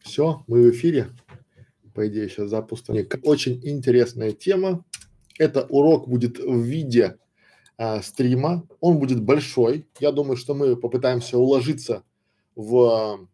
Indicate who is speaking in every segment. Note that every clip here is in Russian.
Speaker 1: Все, мы в эфире. По идее, сейчас запустим. Очень интересная тема. Это урок будет в виде стрима. Он будет большой. Я думаю, что мы попытаемся уложиться в,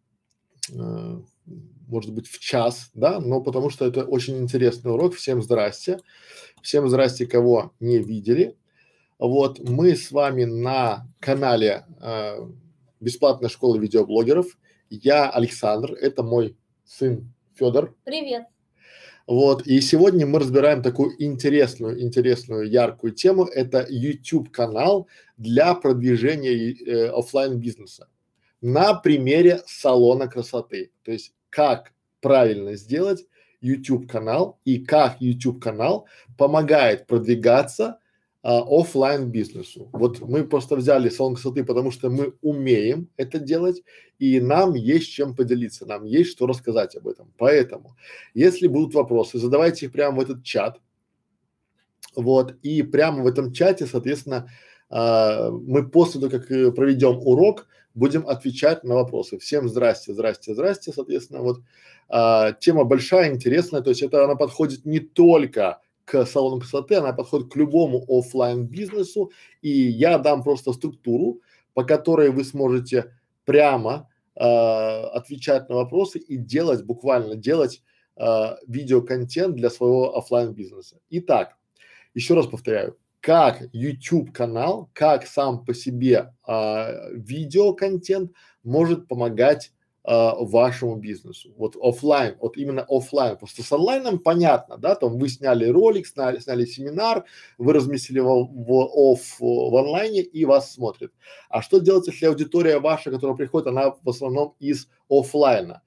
Speaker 1: э, может быть, в час, да, но потому что это очень интересный урок. Всем здрасте. Всем здрасте, кого не видели. Вот мы с вами на канале бесплатной школы видеоблогеров. Я Александр, это мой сын Федор.
Speaker 2: Привет.
Speaker 1: Вот, и сегодня мы разбираем такую интересную, яркую тему. Это YouTube канал для продвижения оффлайн бизнеса на примере салона красоты. То есть, как правильно сделать YouTube канал и как YouTube канал помогает продвигаться оффлайн бизнесу. Вот мы просто взяли салон красоты, потому что мы умеем это делать, и нам есть чем поделиться, нам есть что рассказать об этом. Поэтому, если будут вопросы, задавайте их прямо в этот чат. Вот, и прямо в этом чате, соответственно, мы после того, как проведем урок, будем отвечать на вопросы. Всем здрасте, соответственно, вот тема большая, интересная, то есть это она подходит не только к салону красоты, она подходит к любому оффлайн бизнесу, и я дам просто структуру, по которой вы сможете прямо отвечать на вопросы и делать, буквально делать видеоконтент для своего оффлайн бизнеса. Итак, еще раз повторяю, как YouTube канал, как сам по себе видеоконтент может помогать вашему бизнесу. Вот оффлайн, вот именно оффлайн. Просто с онлайном понятно, да, там вы сняли ролик, сняли семинар, вы разместили в онлайне и вас смотрят. А что делать, если аудитория ваша, которая приходит, она в основном из оффлайна?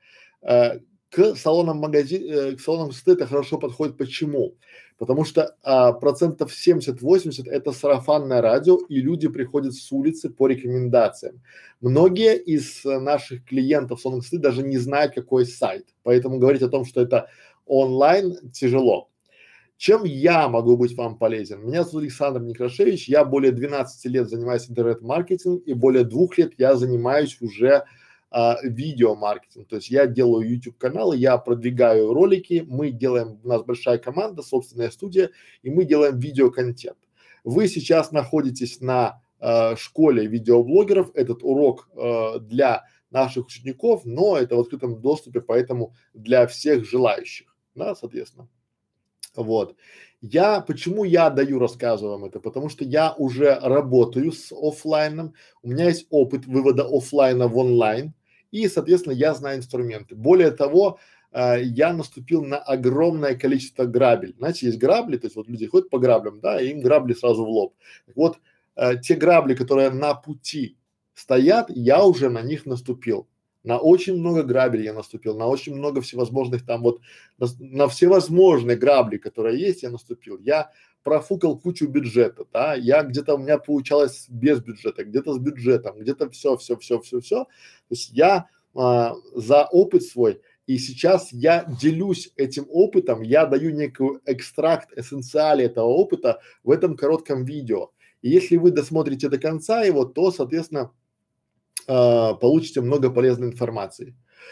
Speaker 1: К салонам к салонам красоты это хорошо подходит. Почему? Потому что процентов 70-80 это сарафанное радио, и люди приходят с улицы по рекомендациям. Многие из наших клиентов салонов красоты даже не знают, какой сайт, поэтому говорить о том, что это онлайн, тяжело. Чем я могу быть вам полезен? Меня зовут Александр Некрашевич, я более 12 лет занимаюсь интернет-маркетингом и более 2 лет я занимаюсь уже видеомаркетинг. То есть я делаю YouTube каналы, я продвигаю ролики, мы делаем, у нас большая команда, собственная студия, и мы делаем видеоконтент. Вы сейчас находитесь на школе видеоблогеров, этот урок для наших учеников, но это в открытом доступе, поэтому для всех желающих, да, соответственно. Вот. Почему я рассказываю вам это? Потому что я уже работаю с оффлайном, у меня есть опыт вывода оффлайна в онлайн, и, соответственно, я знаю инструменты. Более того, я наступил на огромное количество грабель. Знаете, есть грабли, то есть вот люди ходят по граблям, да, и им грабли сразу в лоб. Так вот, те грабли, которые на пути стоят, я уже на них наступил. На очень много грабелей я наступил, на очень много всевозможных там вот, на всевозможные грабли, которые есть, я наступил. Я профукал кучу бюджета, да, я где-то у меня получалось без бюджета, где-то с бюджетом, где-то все. То есть я за опыт свой, и сейчас я делюсь этим опытом, я даю некую экстракт эссенциали этого опыта в этом коротком видео. И если вы досмотрите до конца его, то, соответственно, получите много полезной информации.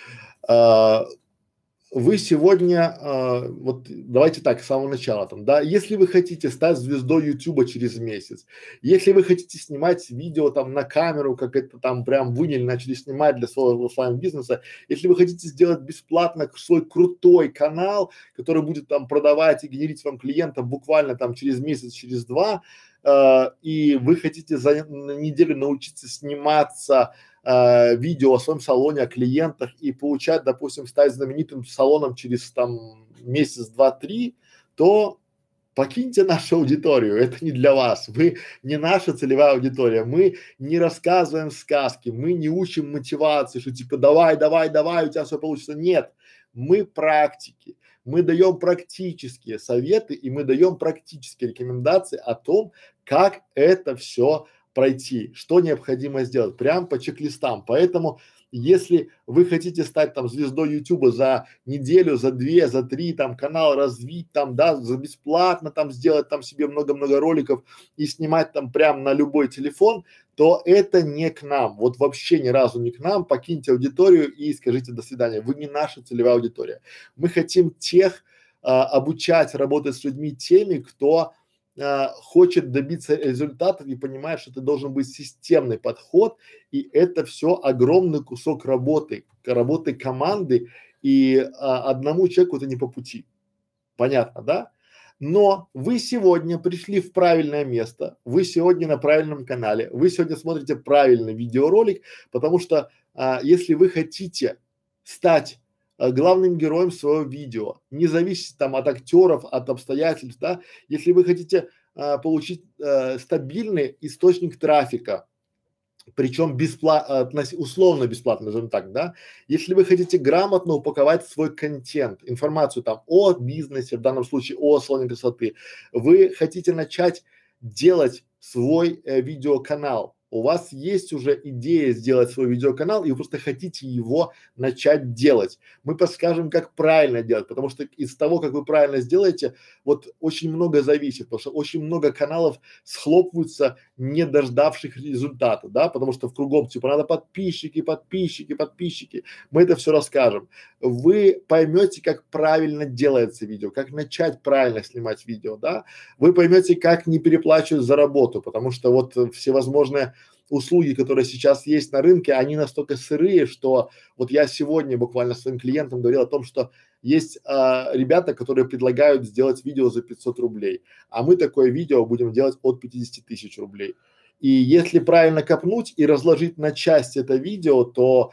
Speaker 1: Вы сегодня, вот давайте так, с самого начала там, да, если вы хотите стать звездой Ютуба через месяц, если вы хотите снимать видео там на камеру, как это там прям выняли, начали снимать для своего оффлайн бизнеса, если вы хотите сделать бесплатно свой крутой канал, который будет там продавать и генерить вам клиентов буквально там через месяц, через два, и вы хотите за неделю научиться сниматься видео о своем салоне, о клиентах и получать, допустим, стать знаменитым салоном через там месяц, два, три, то покиньте нашу аудиторию, это не для вас, вы не наша целевая аудитория, мы не рассказываем сказки, мы не учим мотивации, что типа давай, у тебя все получится, нет, мы практики, мы даем практические советы и мы даем практические рекомендации о том, как это все пройти, что необходимо сделать, прям по чек-листам. Поэтому, если вы хотите стать там звездой Ютуба за неделю, за две, за три, там канал развить, там, да, за бесплатно там сделать там себе много-много роликов и снимать там прям на любой телефон, то это не к нам, вот вообще ни разу не к нам, покиньте аудиторию и скажите до свидания, вы не наша целевая аудитория. Мы хотим тех обучать работать с людьми теми, кто хочет добиться результата и понимает, что это должен быть системный подход, и это все огромный кусок работы команды, и одному человеку это не по пути. Понятно, да? Но вы сегодня пришли в правильное место, вы сегодня на правильном канале, вы сегодня смотрите правильный видеоролик, потому что если вы хотите стать главным героем своего видео, не зависит там от актеров, от обстоятельств, да, если вы хотите получить стабильный источник трафика, причем бесплатно, условно бесплатно, назовем так, да. Если вы хотите грамотно упаковать свой контент, информацию там о бизнесе, в данном случае о салоне красоты, вы хотите начать делать свой видеоканал, у вас есть уже идея сделать свой видеоканал, и вы просто хотите его начать делать. Мы подскажем, как правильно делать, потому что из того, как вы правильно сделаете, вот очень много зависит, потому что очень много каналов схлопываются, не дождавших результата, да, потому что в кругом типа надо подписчики, подписчики, подписчики. Мы это все расскажем. Вы поймете, как правильно делается видео, как начать правильно снимать видео, да. Вы поймете, как не переплачивать за работу, потому что вот всевозможные услуги, которые сейчас есть на рынке, они настолько сырые, что вот я сегодня буквально своим клиентам говорил о том, что есть ребята, которые предлагают сделать видео за 500 рублей, а мы такое видео будем делать от 50 тысяч рублей. И если правильно копнуть и разложить на части это видео, то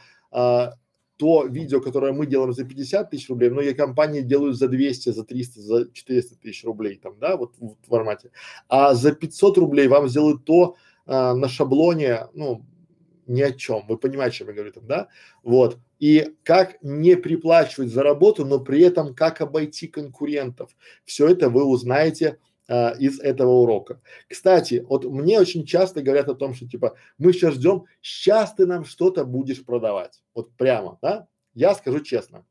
Speaker 1: то видео, которое мы делаем за 50 тысяч рублей, многие компании делают за 200, за 300, за 400 тысяч рублей там, да, вот в формате. А за 500 рублей вам сделают то на шаблоне, ну, ни о чем. Вы понимаете, о чем я говорю там, да? Вот. И как не приплачивать за работу, но при этом как обойти конкурентов. Все это вы узнаете из этого урока. Кстати, вот мне очень часто говорят о том, что типа мы сейчас ждем, сейчас ты нам что-то будешь продавать. Вот прямо, да? Я скажу честно.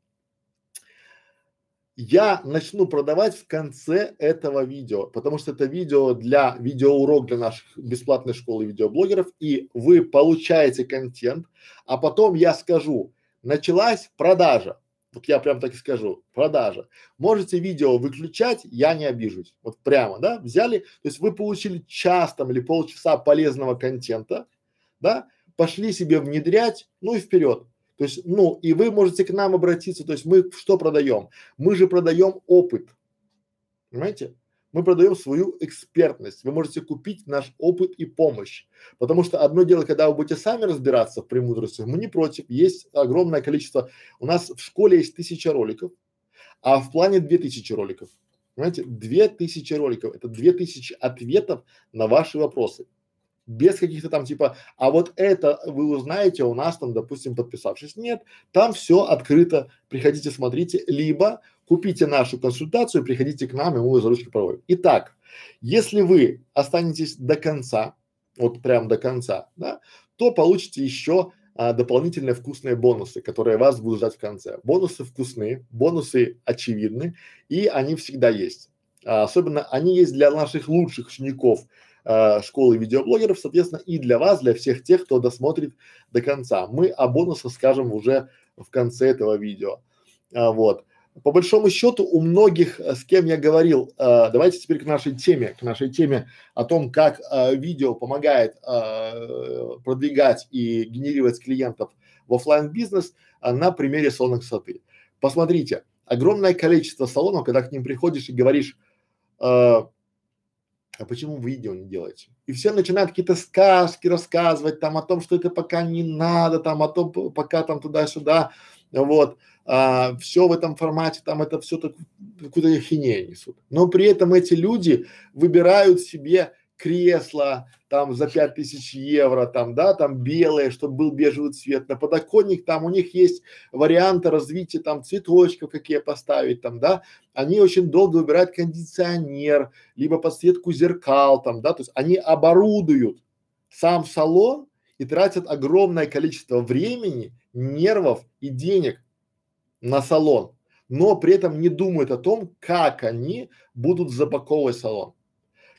Speaker 1: Я начну продавать в конце этого видео, потому что это видеоурок для наших бесплатной школы видеоблогеров, и вы получаете контент, а потом я скажу, началась продажа. Вот я прям так и скажу, продажа. Можете видео выключать, я не обижусь. Вот прямо, да, взяли, то есть вы получили час там или полчаса полезного контента, да, пошли себе внедрять, ну и вперед. То есть, ну, и вы можете к нам обратиться, то есть мы что продаем? Мы же продаем опыт, понимаете? Мы продаем свою экспертность. Вы можете купить наш опыт и помощь. Потому что одно дело, когда вы будете сами разбираться в премудростях, мы не против, есть огромное количество, у нас в школе есть 1000 роликов, а в плане 2000 роликов. Понимаете, 2000 роликов, это 2000 ответов на ваши вопросы. Без каких-то там типа, а вот это вы узнаете у нас там, допустим, подписавшись. Нет, там все открыто, приходите, смотрите, либо купите нашу консультацию, приходите к нам, и мы за ручки проводим. Итак, если вы останетесь до конца, вот прям до конца, да, то получите еще дополнительные вкусные бонусы, которые вас будут ждать в конце. Бонусы вкусные, бонусы очевидны, и они всегда есть. Особенно они есть для наших лучших учеников школы видеоблогеров, соответственно, и для вас, для всех тех, кто досмотрит до конца. Мы о бонусах скажем уже в конце этого видео. Вот. По большому счету у многих, с кем я говорил, давайте теперь к нашей теме о том, как видео помогает продвигать и генерировать клиентов в оффлайн бизнес на примере салона красоты. Посмотрите, огромное количество салонов, когда к ним приходишь и говоришь, а почему вы видео не делаете? И все начинают какие-то сказки рассказывать там о том, что это пока не надо, там о том, пока там туда-сюда, вот, все в этом формате, там это все так какую-то ахинею несут. Но при этом эти люди выбирают себе кресло там за 5000 евро, там, да, там белое, чтобы был бежевый цвет, на подоконник там у них есть варианты развития там цветочков, какие поставить там, да, они очень долго выбирают кондиционер, либо подсветку зеркал там, да, то есть они оборудуют сам салон и тратят огромное количество времени, нервов и денег на салон, но при этом не думают о том, как они будут запаковывать салон.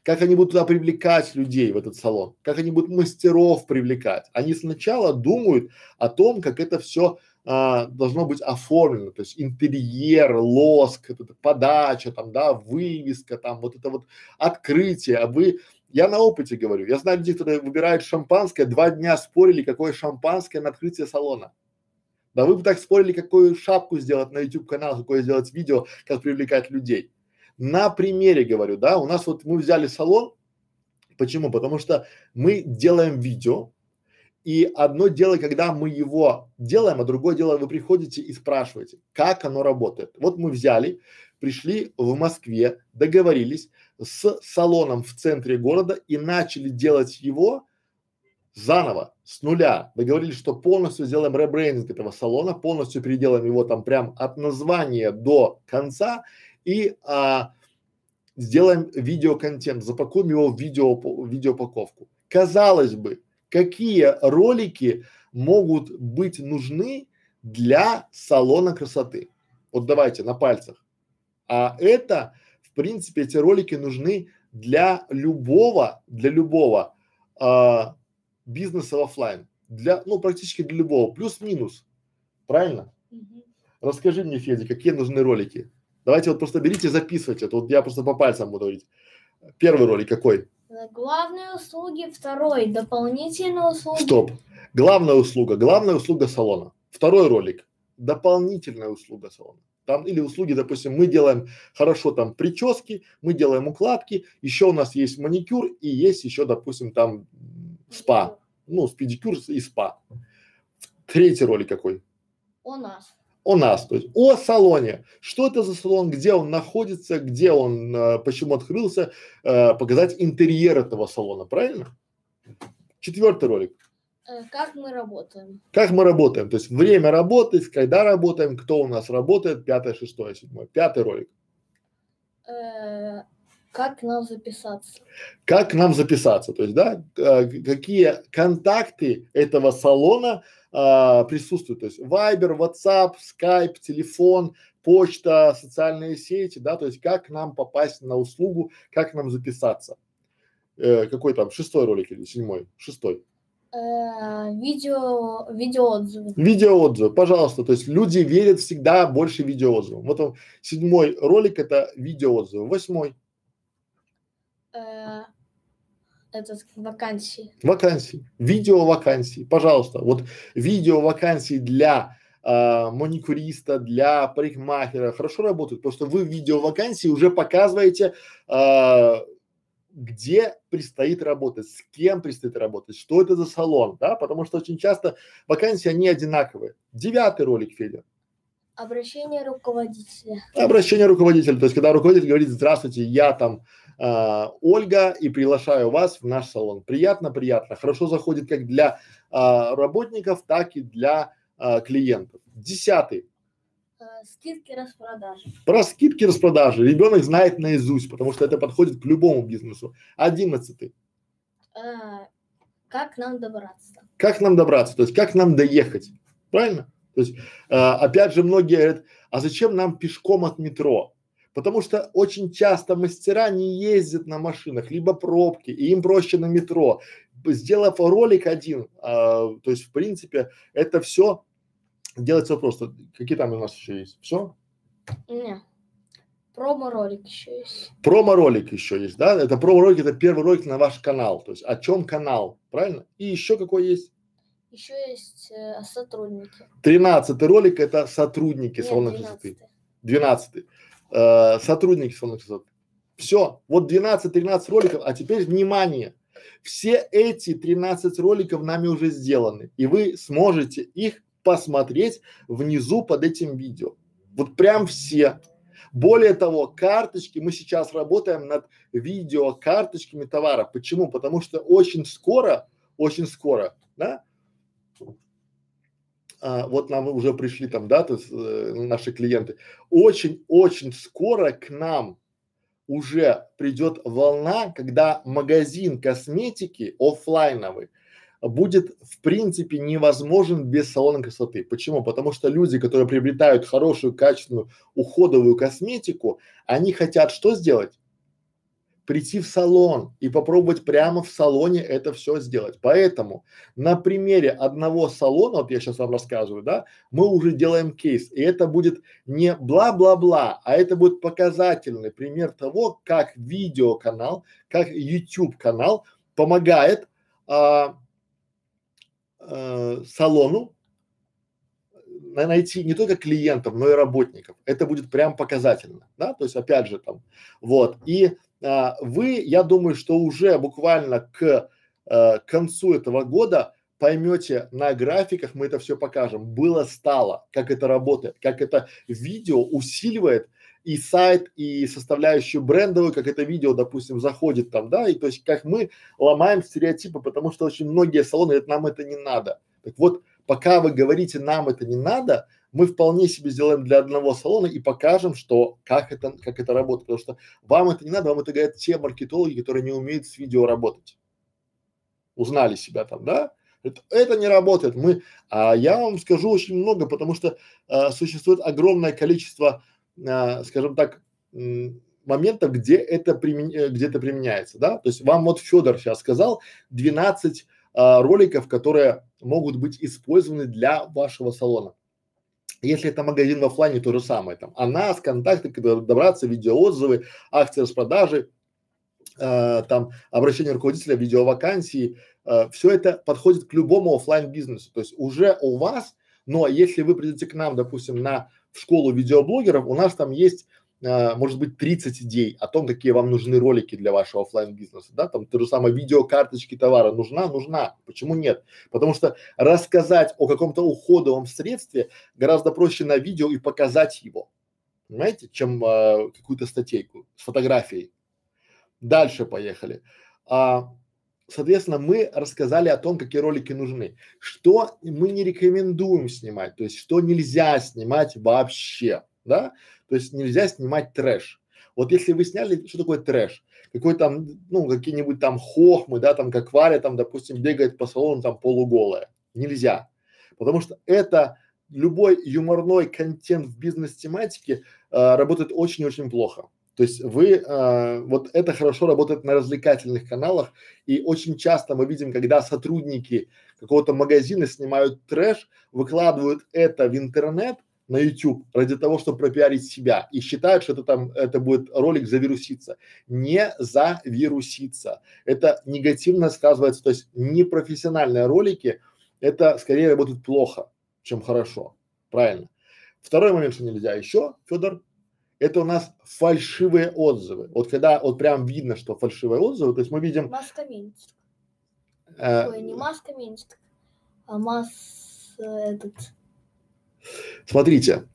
Speaker 1: как они будут туда привлекать людей в этот салон, как они будут мастеров привлекать. Они сначала думают о том, как это все должно быть оформлено, то есть интерьер, лоск, подача, там, да, вывеска, там, вот это вот открытие. Я на опыте говорю, я знаю людей, которые выбирают шампанское, 2 дня спорили, какое шампанское на открытие салона. Да вы бы так спорили, какую шапку сделать на YouTube канал, какое сделать видео, как привлекать людей. На примере говорю, да, у нас вот мы взяли салон, почему? Потому что мы делаем видео, и одно дело, когда мы его делаем, а другое дело, вы приходите и спрашиваете, как оно работает. Вот мы взяли, пришли в Москве, договорились с салоном в центре города и начали делать его заново, с нуля. Договорились, что полностью сделаем ребрендинг этого салона, полностью переделаем его там прям от названия до конца и сделаем видеоконтент, запакуем его в видеоупаковку. Казалось бы, какие ролики могут быть нужны для салона красоты? Вот давайте на пальцах. А это, в принципе, эти ролики нужны для любого бизнеса оффлайн, ну, практически для любого, плюс-минус, правильно? Расскажи мне, Федя, какие нужны ролики? Давайте вот просто берите, записывайте, вот я просто по пальцам буду говорить. Первый ролик какой?
Speaker 2: Главные услуги, второй дополнительные услуги.
Speaker 1: Стоп. Главная услуга салона. Второй ролик – дополнительная услуга салона. Там или услуги, допустим, мы делаем хорошо там прически, мы делаем укладки, еще у нас есть маникюр и есть еще, допустим, там спа, ну, педикюр и спа. Третий ролик какой? О нас, то есть о салоне. Что это за салон, где он находится, где он, почему открылся, показать интерьер этого салона, правильно? Четвертый ролик.
Speaker 2: Как мы работаем.
Speaker 1: Как мы работаем, то есть время работы, когда работаем, кто у нас работает, 5, 6, 7. Пятый ролик.
Speaker 2: Как нам записаться.
Speaker 1: Как нам записаться, то есть, да, какие контакты этого салона присутствуют, то есть Viber, WhatsApp, Skype, телефон, почта, социальные сети, да, то есть как нам попасть на услугу, как нам записаться. Какой там, 6-й ролик или 7-й? 6-й.
Speaker 2: Видеоотзывы.
Speaker 1: Видеоотзывы, пожалуйста, то есть люди верят всегда больше видеоотзывам. Вот он, 7-й ролик это видеоотзывы, 8-й. Вакансии, видео вакансии, пожалуйста, вот видео вакансии для маникюриста, для парикмахера хорошо работают, потому что вы в видео вакансии уже показываете, где предстоит работать, с кем предстоит работать, что это за салон, да, потому что очень часто вакансии они одинаковые. 9-й ролик, Федя.
Speaker 2: Обращение руководителя.
Speaker 1: Обращение руководителя, то есть когда руководитель говорит: здравствуйте, я там Ольга и приглашаю вас в наш салон. Приятно, хорошо заходит как для работников, так и для клиентов. 10-й.
Speaker 2: Скидки, распродажи.
Speaker 1: Про скидки, распродажи ребенок знает наизусть, потому что это подходит к любому бизнесу. 11-й.
Speaker 2: Как нам добраться?
Speaker 1: Как нам добраться, то есть как нам доехать, правильно? То есть опять же многие говорят: а зачем нам пешком от метро? Потому что очень часто мастера не ездят на машинах, либо пробки, и им проще на метро. Сделав ролик один, то есть в принципе это все делается просто. Какие там у нас еще есть? Все?
Speaker 2: Нет. Промо-ролик еще есть.
Speaker 1: Промо-ролик еще есть, да? Это промо-ролик, это первый ролик на ваш канал. То есть о чем канал, правильно? И еще какой есть?
Speaker 2: Еще есть сотрудники.
Speaker 1: 13-й ролик это сотрудники салона красоты. 12-й. Сотрудники салона красоты. Все, вот 12-13 роликов, а теперь внимание, все эти 13 роликов нами уже сделаны, и вы сможете их посмотреть внизу под этим видео. Вот прям все. Более того, карточки, мы сейчас работаем над видео карточками товара. Почему? Потому что очень скоро, да, вот нам уже пришли там, да, то есть, наши клиенты, очень скоро к нам уже придет волна, когда магазин косметики оффлайновый будет в принципе невозможен без салона красоты. Почему? Потому что люди, которые приобретают хорошую, качественную, уходовую косметику, они хотят что сделать? прийти в салон и попробовать прямо в салоне это все сделать. Поэтому на примере одного салона, вот я сейчас вам рассказываю, да, мы уже делаем кейс, и это будет не бла-бла-бла, а это будет показательный пример того, как видеоканал, как YouTube канал помогает салону найти не только клиентов, но и работников. Это будет прям показательно, да, то есть опять же там, вот, и вы, я думаю, что уже буквально к концу этого года поймете на графиках, мы это все покажем, было-стало, как это работает, как это видео усиливает и сайт, и составляющую брендовую, как это видео, допустим, заходит там, да, и то есть как мы ломаем стереотипы, потому что очень многие салоны говорят, нам это не надо. Так вот, пока вы говорите, нам это не надо, мы вполне себе сделаем для одного салона и покажем, что как это работает, потому что вам это не надо, вам это говорят те маркетологи, которые не умеют с видео работать. Узнали себя там, да? Это не работает. Я вам скажу очень много, потому что существует огромное количество, скажем так, моментов, где это применяется, да? То есть вам вот Федор сейчас сказал 12 роликов, которые могут быть использованы для вашего салона. Если это магазин в оффлайне, то же самое там. АНАС, контакты, когда добраться, видеоотзывы, акции распродажи, там обращение руководителя, видеовакансии, все это подходит к любому оффлайн бизнесу. То есть уже у вас, но если вы придете к нам, допустим, в школу видеоблогеров, у нас там есть может быть 30 идей о том, какие вам нужны ролики для вашего оффлайн бизнеса, да, там то же самое видеокарточки товара нужна, почему нет? Потому что рассказать о каком-то уходовом средстве гораздо проще на видео и показать его, понимаете, чем какую-то статейку с фотографией. Дальше поехали. Соответственно, мы рассказали о том, какие ролики нужны, что мы не рекомендуем снимать, то есть что нельзя снимать вообще, да, то есть нельзя снимать трэш. Вот если вы сняли, что такое трэш? Какой там, ну, какие-нибудь там хохмы, да, там как Варя там, допустим, бегает по салону там полуголая. Нельзя. Потому что это любой юморной контент в бизнес-тематике работает очень-очень плохо. То есть вот это хорошо работает на развлекательных каналах, и очень часто мы видим, когда сотрудники какого-то магазина снимают трэш, выкладывают это в интернет, на YouTube ради того, чтобы пропиарить себя и считают, что это будет ролик завируситься. Не завируситься. Это негативно сказывается, то есть непрофессиональные ролики, это скорее работает плохо, чем хорошо. Правильно. Второй момент, что нельзя еще, Федор, это у нас фальшивые отзывы. Вот когда вот прям видно, что фальшивые отзывы, то есть мы видим…
Speaker 2: Маска Минск. Ой, не Маска Минск, а
Speaker 1: Смотрите,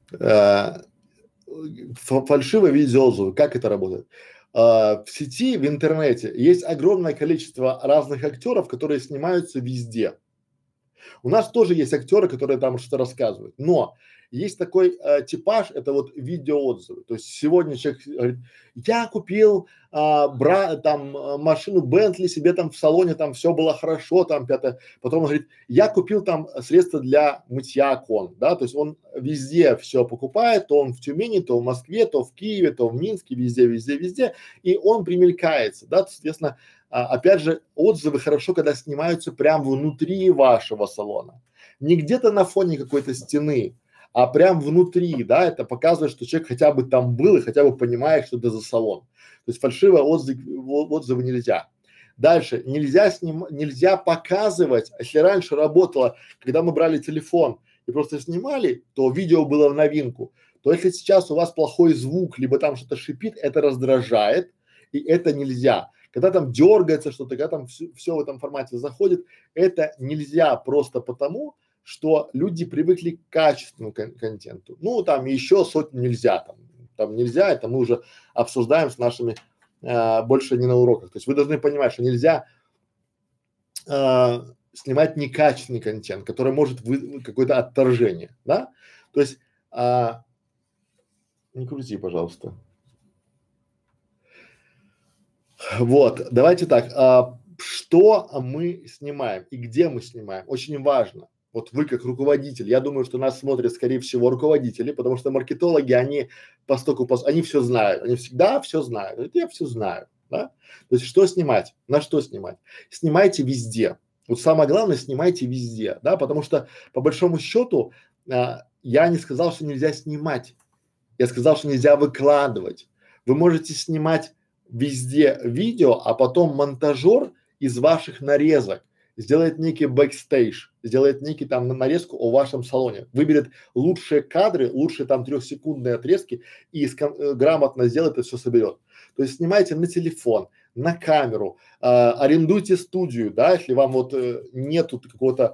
Speaker 1: фальшивые видеоотзывы, как это работает? В сети, в интернете есть огромное количество разных актеров, которые снимаются везде. У нас тоже есть актеры, которые там что-то рассказывают, но есть такой типаж, это вот видеоотзывы. То есть сегодня человек говорит, я купил машину Бентли себе там в салоне, там все было хорошо, там пятое. Потом он говорит, я купил там средства для мытья окон, да, то есть он везде все покупает, то он в Тюмени, то в Москве, то в Киеве, то в Минске, везде, и он примелькается, да, соответственно, опять же, отзывы хорошо, когда снимаются прям внутри вашего салона, не где-то на фоне какой-то стены, а прям внутри, да, это показывает, что человек хотя бы там был и хотя бы понимает, что это за салон. То есть фальшивые отзывы нельзя. Дальше, нельзя показывать, если раньше работало, когда мы брали телефон и просто снимали, то видео было в новинку, то если сейчас у вас плохой звук, либо там что-то шипит, это раздражает, и это нельзя. Когда там дергается что-то, когда там все в этом формате заходит, это нельзя просто потому, что люди привыкли к качественному контенту. Ну, там еще сотни нельзя, там нельзя, это мы уже обсуждаем с нашими больше не на уроках. То есть вы должны понимать, что нельзя снимать некачественный контент, который может вызвать какое-то отторжение, да? То есть не крути, пожалуйста. Вот, давайте так, что мы снимаем и где мы снимаем, очень важно. Вот вы как руководитель, я думаю, что нас смотрят, скорее всего, руководители, потому что маркетологи, они они все знают, они всегда все знают. Это я все знаю. да? То есть что снимать, на что снимать? Снимайте везде. Вот самое главное, снимайте везде, да, потому что по большому счету я не сказал, что нельзя снимать, я сказал, что нельзя выкладывать. Вы можете снимать везде видео, а потом монтажер из ваших нарезок сделает некий бэкстейдж, сделает некий там нарезку о вашем салоне, выберет лучшие кадры, лучшие там 3-секундные отрезки и грамотно сделает и все соберет. То есть снимайте на телефон, на камеру, арендуйте студию, да, если вам вот нету какого-то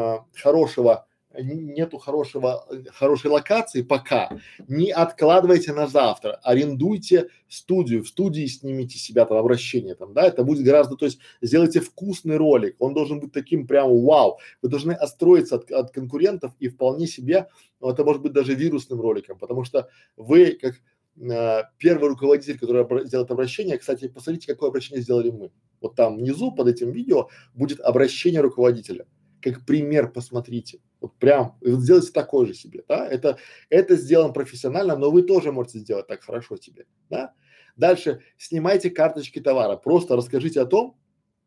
Speaker 1: нету хорошей локации пока, не откладывайте на завтра, арендуйте студию, в студии снимите себя там обращение там, да, это будет гораздо, то есть сделайте вкусный ролик, он должен быть таким прям вау, вы должны отстроиться от конкурентов и вполне себе, ну, это может быть даже вирусным роликом, потому что вы как первый руководитель, который сделает обращение, кстати, посмотрите, какое обращение сделали мы, вот там внизу под этим видео будет обращение руководителя, как пример посмотрите, вот прям, и вот сделайте такой же себе, да, это сделано профессионально, но вы тоже можете сделать так хорошо себе, да. Дальше снимайте карточки товара, просто расскажите о том,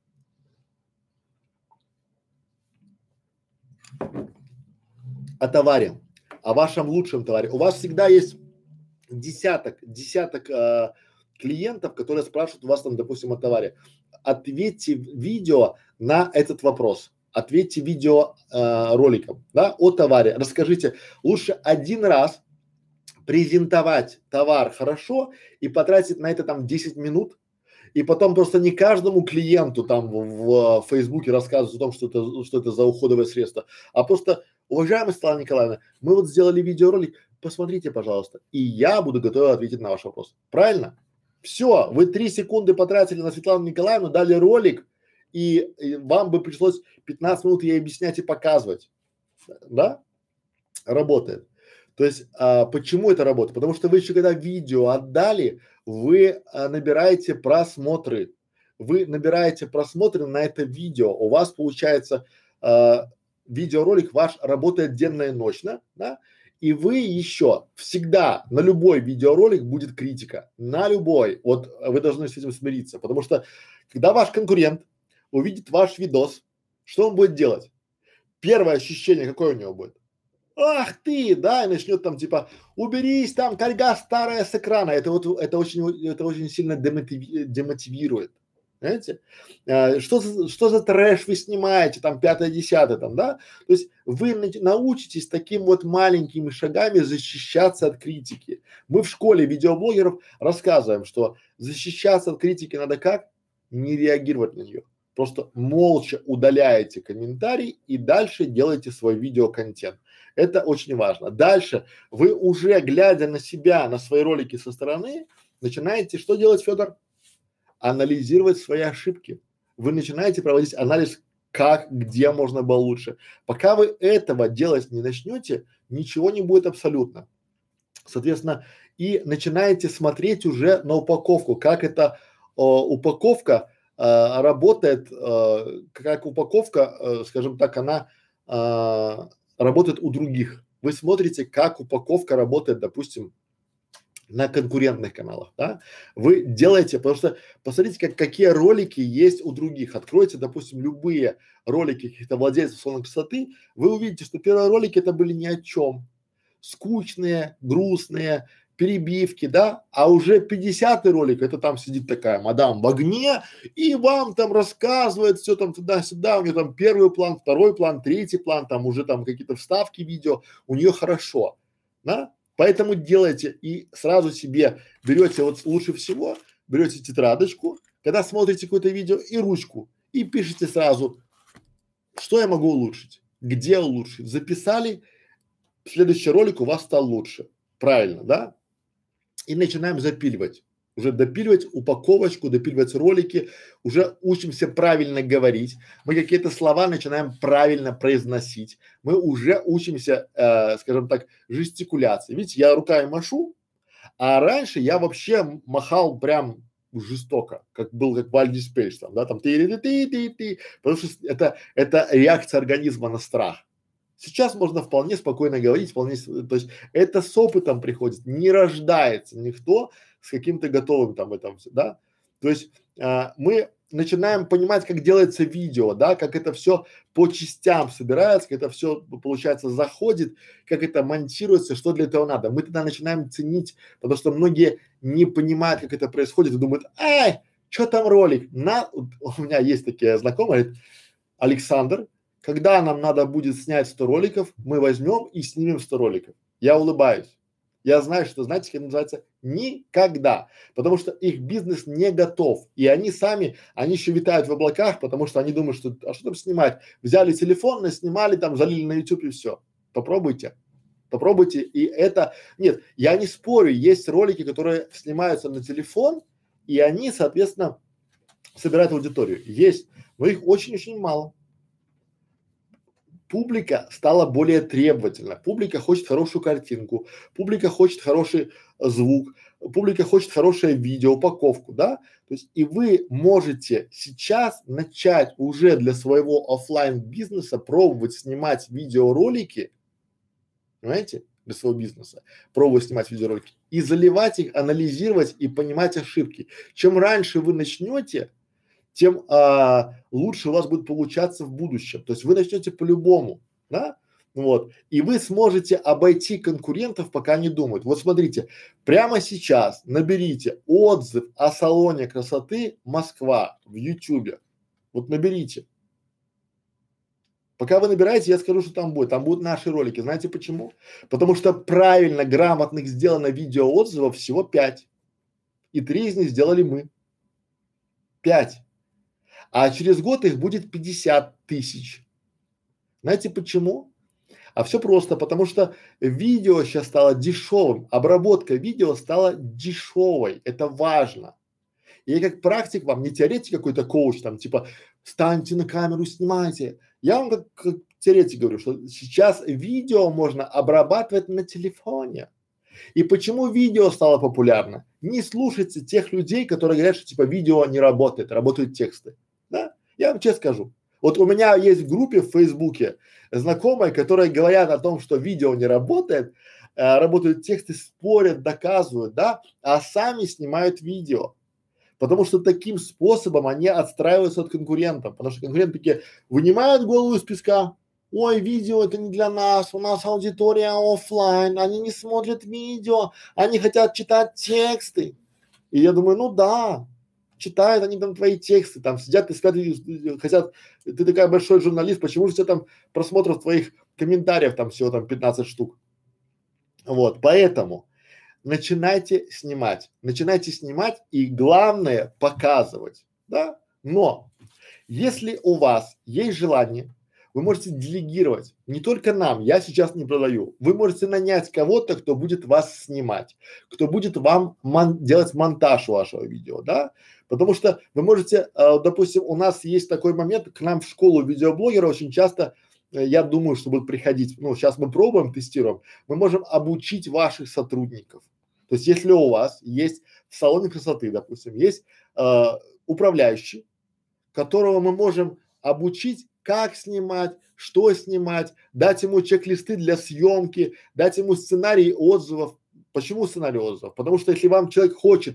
Speaker 1: о товаре, о вашем лучшем товаре. У вас всегда есть десяток клиентов, которые спрашивают у вас там, допустим, о товаре. Ответьте видео на этот вопрос. Ответьте видео роликом, да, о товаре. Расскажите, лучше один раз презентовать товар хорошо и потратить на это там 10 минут, и потом просто не каждому клиенту там в Фейсбуке рассказывать о том, что это за уходовое средство, а просто, уважаемая Светлана Николаевна, мы вот сделали видеоролик, посмотрите, пожалуйста, и я буду готов ответить на ваш вопрос. Правильно? Все, вы 3 секунды потратили на Светлану Николаевну, дали ролик, и вам бы пришлось 15 минут ей объяснять и показывать, да? Работает. То есть почему это работает? Потому что вы еще когда видео отдали, вы набираете просмотры. Вы набираете просмотры на это видео. У вас получается видеоролик ваш работает денно и ночно, да? И вы еще всегда на любой видеоролик будет критика, на любой. Вот вы должны с этим смириться, потому что когда ваш конкурент увидит ваш видос, что он будет делать? Первое ощущение какое у него будет? Ах ты, да, и начнет там типа, уберись там, кольга старая с экрана. Это очень сильно демотивирует. Знаете? Что за трэш вы снимаете, там, 5-10 там, да? То есть вы научитесь таким вот маленькими шагами защищаться от критики. Мы в школе видеоблогеров рассказываем, что защищаться от критики надо как? Не реагировать на нее. Просто молча удаляете комментарий и дальше делаете свой видеоконтент. Это очень важно. Дальше вы уже, глядя на себя, на свои ролики со стороны, начинаете что делать, Федор? Анализировать свои ошибки. Вы начинаете проводить анализ, как, где можно было лучше. Пока вы этого делать не начнете, ничего не будет абсолютно. Соответственно, и начинаете смотреть уже на упаковку, как эта упаковка работает, как упаковка, скажем так, она работает у других. Вы смотрите, как упаковка работает, допустим, на конкурентных каналах, да? Вы делаете, потому что посмотрите, какие ролики есть у других. Откройте, допустим, любые ролики каких-то владельцев салона красоты, вы увидите, что первые ролики это были ни о чем, скучные, грустные, перебивки, да, а уже 50-й ролик, это там сидит такая мадам в огне и вам там рассказывает все там туда-сюда, у нее там первый план, второй план, третий план, там уже там какие-то вставки видео, у нее хорошо, да, поэтому делайте и сразу себе берете вот лучше всего, берете тетрадочку, когда смотрите какое-то видео и ручку и пишите сразу, что я могу улучшить, где улучшить, записали, следующий ролик у вас стал лучше, правильно, да? И начинаем запиливать, уже допиливать упаковочку, допиливать ролики, уже учимся правильно говорить, мы какие-то слова начинаем правильно произносить, мы уже учимся, скажем так, жестикуляции. Видите, я руками машу, а раньше я вообще махал прям жестоко, как был как Вальдис Пельш там, да, там ты, потому что это реакция организма на страх. Сейчас можно вполне спокойно говорить, то есть это с опытом приходит, не рождается никто с каким-то готовым там этом, да. То есть мы начинаем понимать, как делается видео, да, как это все по частям собирается, как это все, получается, заходит, как это монтируется, что для этого надо. Мы тогда начинаем ценить, потому что многие не понимают, как это происходит, и думают, что там ролик? У меня есть такие знакомые, говорит, Александр, когда нам надо будет снять 100 роликов, мы возьмем и снимем 100 роликов. Я улыбаюсь. Я знаю, что, знаете, как это называется? Никогда. Потому что их бизнес не готов. И они сами, они еще витают в облаках, потому что они думают, что, а что там снимать? Взяли телефон, наснимали там, залили на YouTube и все. Попробуйте. Попробуйте. И это, нет, я не спорю, есть ролики, которые снимаются на телефон, и они, соответственно, собирают аудиторию. Есть, но их очень-очень мало. Публика стала более требовательна, публика хочет хорошую картинку, публика хочет хороший звук, публика хочет хорошее видео, упаковку, да? То есть и вы можете сейчас начать уже для своего оффлайн бизнеса пробовать снимать видеоролики, понимаете, для своего бизнеса, пробовать снимать видеоролики и заливать их, анализировать и понимать ошибки. Чем раньше вы начнете, тем лучше у вас будет получаться в будущем. То есть вы начнете по-любому, да? Вот. И вы сможете обойти конкурентов, пока не думают. Вот смотрите, прямо сейчас наберите отзыв о салоне красоты Москва в Ютубе. Вот наберите. Пока вы набираете, я скажу, что там будет. Там будут наши ролики. Знаете почему? Потому что правильно, грамотных сделано видео отзывов всего 5. И 3 из них сделали мы. 5. А через год их будет 50 тысяч. Знаете почему? А все просто, потому что видео сейчас стало дешевым, обработка видео стала дешевой, это важно. И я как практик вам, не теоретик какой-то коуч там, типа, станьте на камеру, снимайте. Я вам как теоретик говорю, что сейчас видео можно обрабатывать на телефоне. И почему видео стало популярно? Не слушайте тех людей, которые говорят, что типа видео не работает, работают тексты. Да? Я вам честно скажу. Вот у меня есть в группе в Фейсбуке знакомые, которые говорят о том, что видео не работает, работают тексты, спорят, доказывают, да, а сами снимают видео. Потому что таким способом они отстраиваются от конкурентов. Потому что конкуренты такие вынимают голову из песка. Ой, видео это не для нас, у нас аудитория оффлайн, они не смотрят видео, они хотят читать тексты. И я думаю, ну да, читают они там твои тексты, там сидят и спят, и хотят, ты такая большой журналист, почему же у тебя там просмотров твоих комментариев там всего там 15 штук. Вот, поэтому начинайте снимать и главное показывать, да. Но если у вас есть желание, вы можете делегировать не только нам, я сейчас не продаю, вы можете нанять кого-то, кто будет вас снимать, кто будет вам делать монтаж вашего видео, да, потому что вы можете, допустим, у нас есть такой момент, к нам в школу видеоблогера очень часто я думаю, что будут приходить, ну, сейчас мы пробуем, тестируем, мы можем обучить ваших сотрудников. То есть, если у вас есть в салоне красоты, допустим, есть управляющий, которого мы можем обучить, как снимать, что снимать, дать ему чек-листы для съемки, дать ему сценарий отзывов. Почему сценарий отзывов? Потому что если вам человек хочет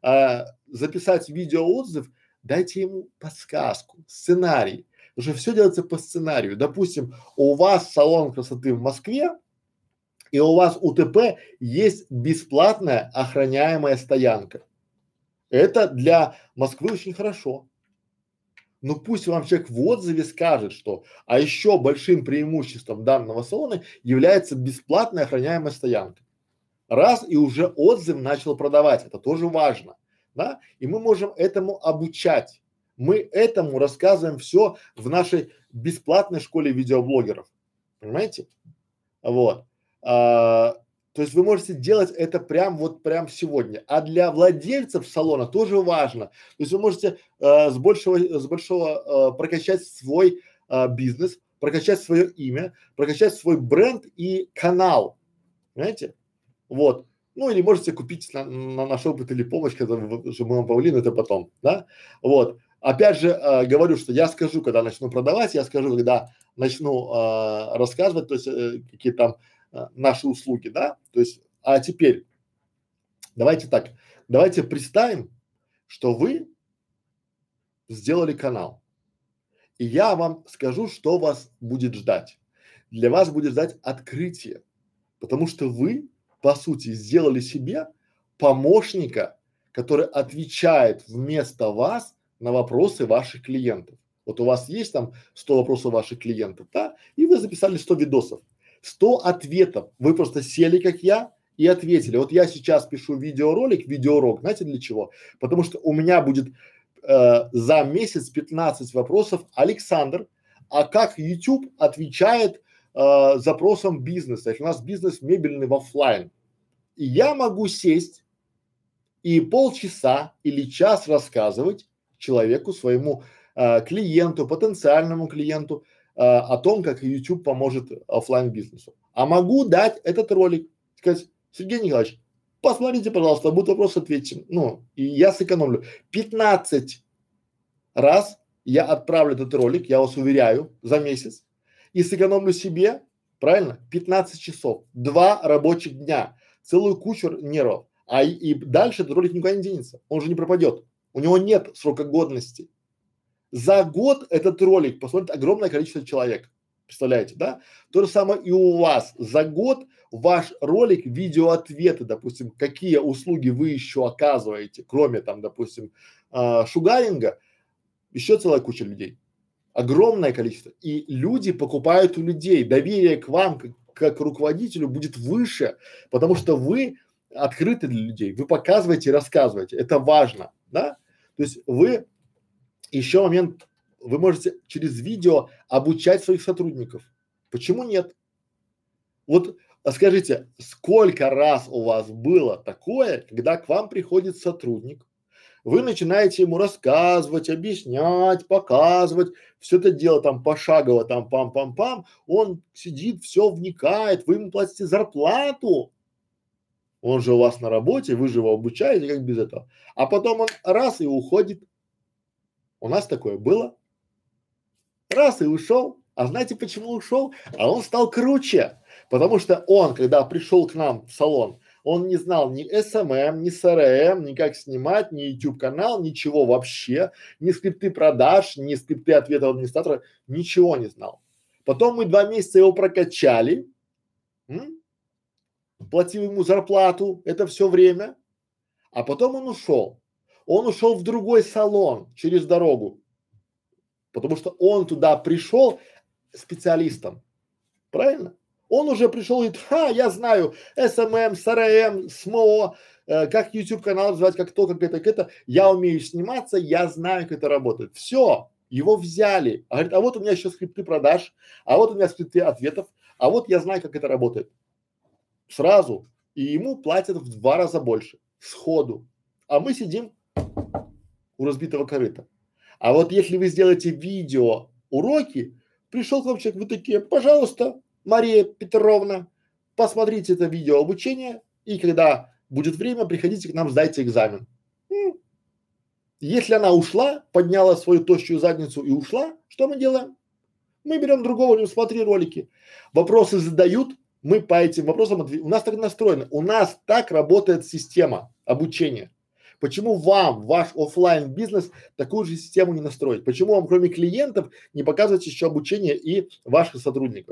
Speaker 1: записать видеоотзыв, дайте ему подсказку, сценарий. Потому что все делается по сценарию. Допустим, у вас салон красоты в Москве, и у вас УТП есть бесплатная охраняемая стоянка. Это для Москвы очень хорошо. Но пусть вам человек в отзыве скажет, что а еще большим преимуществом данного салона является бесплатная охраняемая стоянка. Раз и уже отзыв начал продавать, это тоже важно, да? И мы можем этому обучать. Мы этому рассказываем все в нашей бесплатной школе видеоблогеров, понимаете? Вот. То есть вы можете делать это прям сегодня. А для владельцев салона тоже важно. То есть вы можете с большого прокачать свой бизнес, прокачать свое имя, прокачать свой бренд и канал, понимаете? Вот. Ну или можете купить на наш опыт или помощь, чтобы мы вам помогли, но это потом, да? Вот. Опять же говорю, что я скажу, когда начну продавать, я скажу, когда начну рассказывать, то есть какие там наши услуги, да, то есть, а теперь давайте так, давайте представим, что вы сделали канал. И я вам скажу, что вас будет ждать. Для вас будет ждать открытие, потому что вы, по сути, сделали себе помощника, который отвечает вместо вас на вопросы ваших клиентов. Вот у вас есть там 100 вопросов ваших клиентов, да, и вы записали 100 видосов, 100 ответов. Вы просто сели, как я, и ответили. Вот я сейчас пишу видеоролик, видеоурок, знаете для чего? Потому что у меня будет за месяц 15 вопросов. Александр, а как YouTube отвечает запросам бизнеса? Если у нас бизнес мебельный в оффлайн, и я могу сесть и полчаса или час рассказывать человеку, своему клиенту, потенциальному клиенту о том, как YouTube поможет оффлайн бизнесу. А могу дать этот ролик, сказать: Сергей Николаевич, посмотрите, пожалуйста, будут вопросы, ответьте. Ну, и я сэкономлю 15 раз я отправлю этот ролик, я вас уверяю, за месяц, и сэкономлю себе, правильно, 15 часов, 2 рабочих дня, целую кучу нервов. И дальше этот ролик никуда не денется, он же не пропадет, у него нет срока годности. За год этот ролик посмотрит огромное количество человек, представляете, да? То же самое и у вас. За год ваш ролик, видеоответы, допустим, какие услуги вы еще оказываете, кроме там, допустим, шугаринга, еще целая куча людей. Огромное количество. И люди покупают у людей. Доверие к вам, как руководителю, будет выше, потому что вы открыты для людей. Вы показываете и рассказываете. Это важно, да? То есть вы, еще момент, вы можете через видео обучать своих сотрудников. Почему нет? Вот скажите, сколько раз у вас было такое, когда к вам приходит сотрудник, вы начинаете ему рассказывать, объяснять, показывать, все это дело там пошагово, там пам-пам-пам, он сидит, все вникает, вы ему платите зарплату, он же у вас на работе, вы же его обучаете, как без этого, а потом он раз и уходит. У нас такое было. Раз и ушел. А знаете, почему ушел? А он стал круче. Потому что он, когда пришел к нам в салон, он не знал ни SMM, ни CRM, ни как снимать, ни YouTube канал, ничего вообще, ни скрипты продаж, ни скрипты ответа администратора, ничего не знал. Потом мы 2 месяца его прокачали, платил ему зарплату это все время, а потом он ушел. Он ушел в другой салон через дорогу, потому что он туда пришел специалистом, правильно? Он уже пришел и говорит: я знаю SMM, CRM, СМО, как YouTube канал развивать, как то, как это, я умею сниматься, я знаю, как это работает. Все, его взяли. А говорит: а вот у меня еще скрипты продаж, а вот у меня скрипты ответов, а вот я знаю, как это работает. Сразу. И ему платят в 2 раза больше, сходу. А мы сидим у разбитого корыта. А вот если вы сделаете видео уроки, пришел к вам человек, вы такие: пожалуйста, Мария Петровна, посмотрите это видео обучение, и когда будет время, приходите к нам, сдайте экзамен. Если она ушла, подняла свою тощую задницу и ушла, что мы делаем? Мы берем другого, говорим: смотри ролики. Вопросы задают, мы по этим вопросам у нас так настроено, у нас так работает система обучения. Почему вам, ваш оффлайн бизнес, такую же систему не настроить? Почему вам, кроме клиентов, не показывать еще обучение и ваших сотрудников?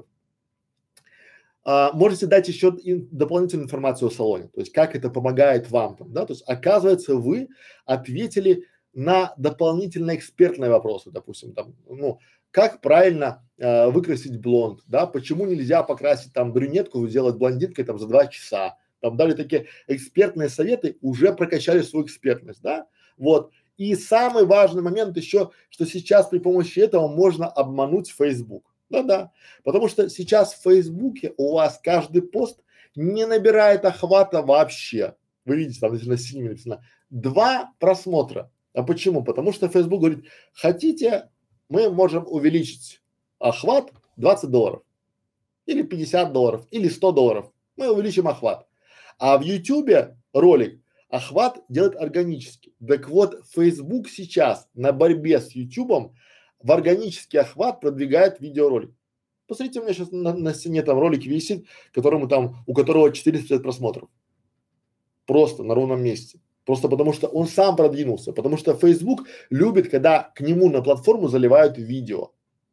Speaker 1: Можете дать еще дополнительную информацию о салоне, то есть как это помогает вам, там, да, то есть оказывается вы ответили на дополнительно экспертные вопросы, допустим, там, ну, как правильно выкрасить блонд, да, почему нельзя покрасить там брюнетку, сделать блондинкой там за 2 часа, там дали такие экспертные советы, уже прокачали свою экспертность, да, вот. И самый важный момент еще, что сейчас при помощи этого можно обмануть Facebook. Да-да, потому что сейчас в Фейсбуке у вас каждый пост не набирает охвата вообще. Вы видите, там написано синим написано 2 просмотра. А почему? Потому что Facebook говорит: хотите, мы можем увеличить охват $20 или $50 или $100. Мы увеличим охват. А в YouTube ролик охват делает органически. Так вот, Facebook сейчас на борьбе с YouTube в органический охват продвигает видеоролик. Посмотрите, у меня сейчас на стене там ролик висит, у которого 450 просмотров. Просто на ровном месте. Просто потому что он сам продвинулся, потому что Facebook любит, когда к нему на платформу заливают видео.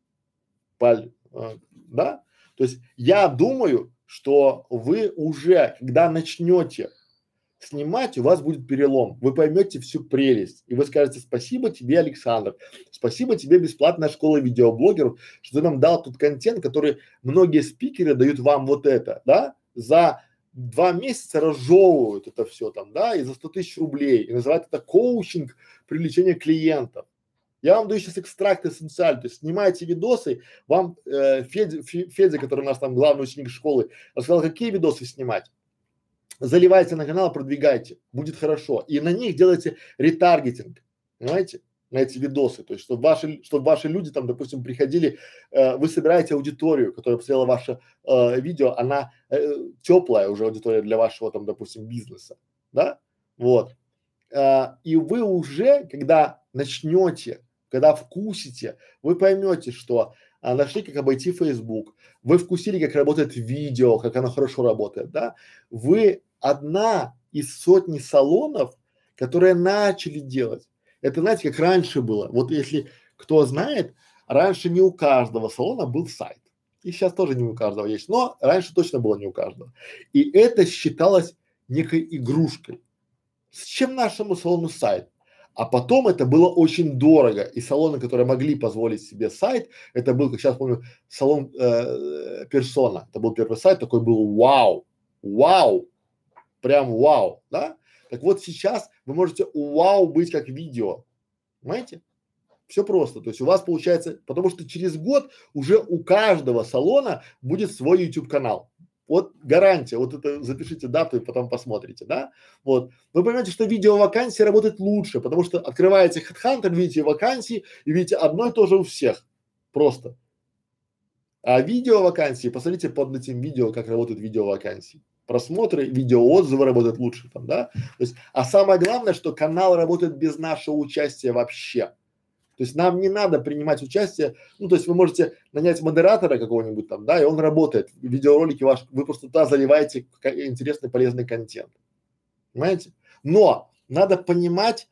Speaker 1: Да? То есть я думаю, что вы уже, когда начнете снимать, у вас будет перелом, вы поймете всю прелесть, и вы скажете: спасибо тебе, Александр, спасибо тебе, бесплатная школа видеоблогеров, что ты нам дал тут контент, который многие спикеры дают вам вот это, да, за 2 месяца разжевывают это все там, да, и за 100 тысяч рублей, и называют это коучинг привлечения клиентов. Я вам даю сейчас экстракт эссенциальный, то есть снимайте видосы, вам Федя, который у нас там главный ученик школы, рассказал, какие видосы снимать. Заливайте на канал, продвигайте, будет хорошо. И на них делайте ретаргетинг, понимаете, на эти видосы, то есть чтобы ваши люди там, допустим, приходили, вы собираете аудиторию, которая посмотрела ваше видео, она теплая уже аудитория для вашего там, допустим, бизнеса, да, вот. И вы уже, когда начнете, когда вкусите, вы поймете, что нашли, как обойти Facebook, вы вкусили, как работает видео, как оно хорошо работает, да, вы одна из сотни салонов, которые начали делать. Это, знаете, как раньше было. Вот если кто знает, раньше не у каждого салона был сайт. И сейчас тоже не у каждого есть, но раньше точно было не у каждого. И это считалось некой игрушкой. Зачем нашему салону сайт? А потом это было очень дорого, и салоны, которые могли позволить себе сайт, это был, как сейчас помню, салон Персона. Это был первый сайт, такой был вау, вау, прям вау, да? Так вот сейчас вы можете у вау быть как видео, понимаете? Все просто, то есть у вас получается, потому что через год уже у каждого салона будет свой YouTube канал. Вот гарантия, вот это запишите дату и потом посмотрите, да? Вот. Вы поймете, что видео вакансии работает лучше, потому что открываете HeadHunter, видите вакансии и видите одно и то же у всех. Просто. А видео вакансии, посмотрите под этим видео, как работают видео вакансии. Просмотры, видеоотзывы работают лучше там, да? То есть, а самое главное, что канал работает без нашего участия вообще. То есть нам не надо принимать участие, ну то есть вы можете нанять модератора какого-нибудь там, да, и он работает, видеоролики ваши, вы просто туда заливаете интересный полезный контент, понимаете? Но надо понимать,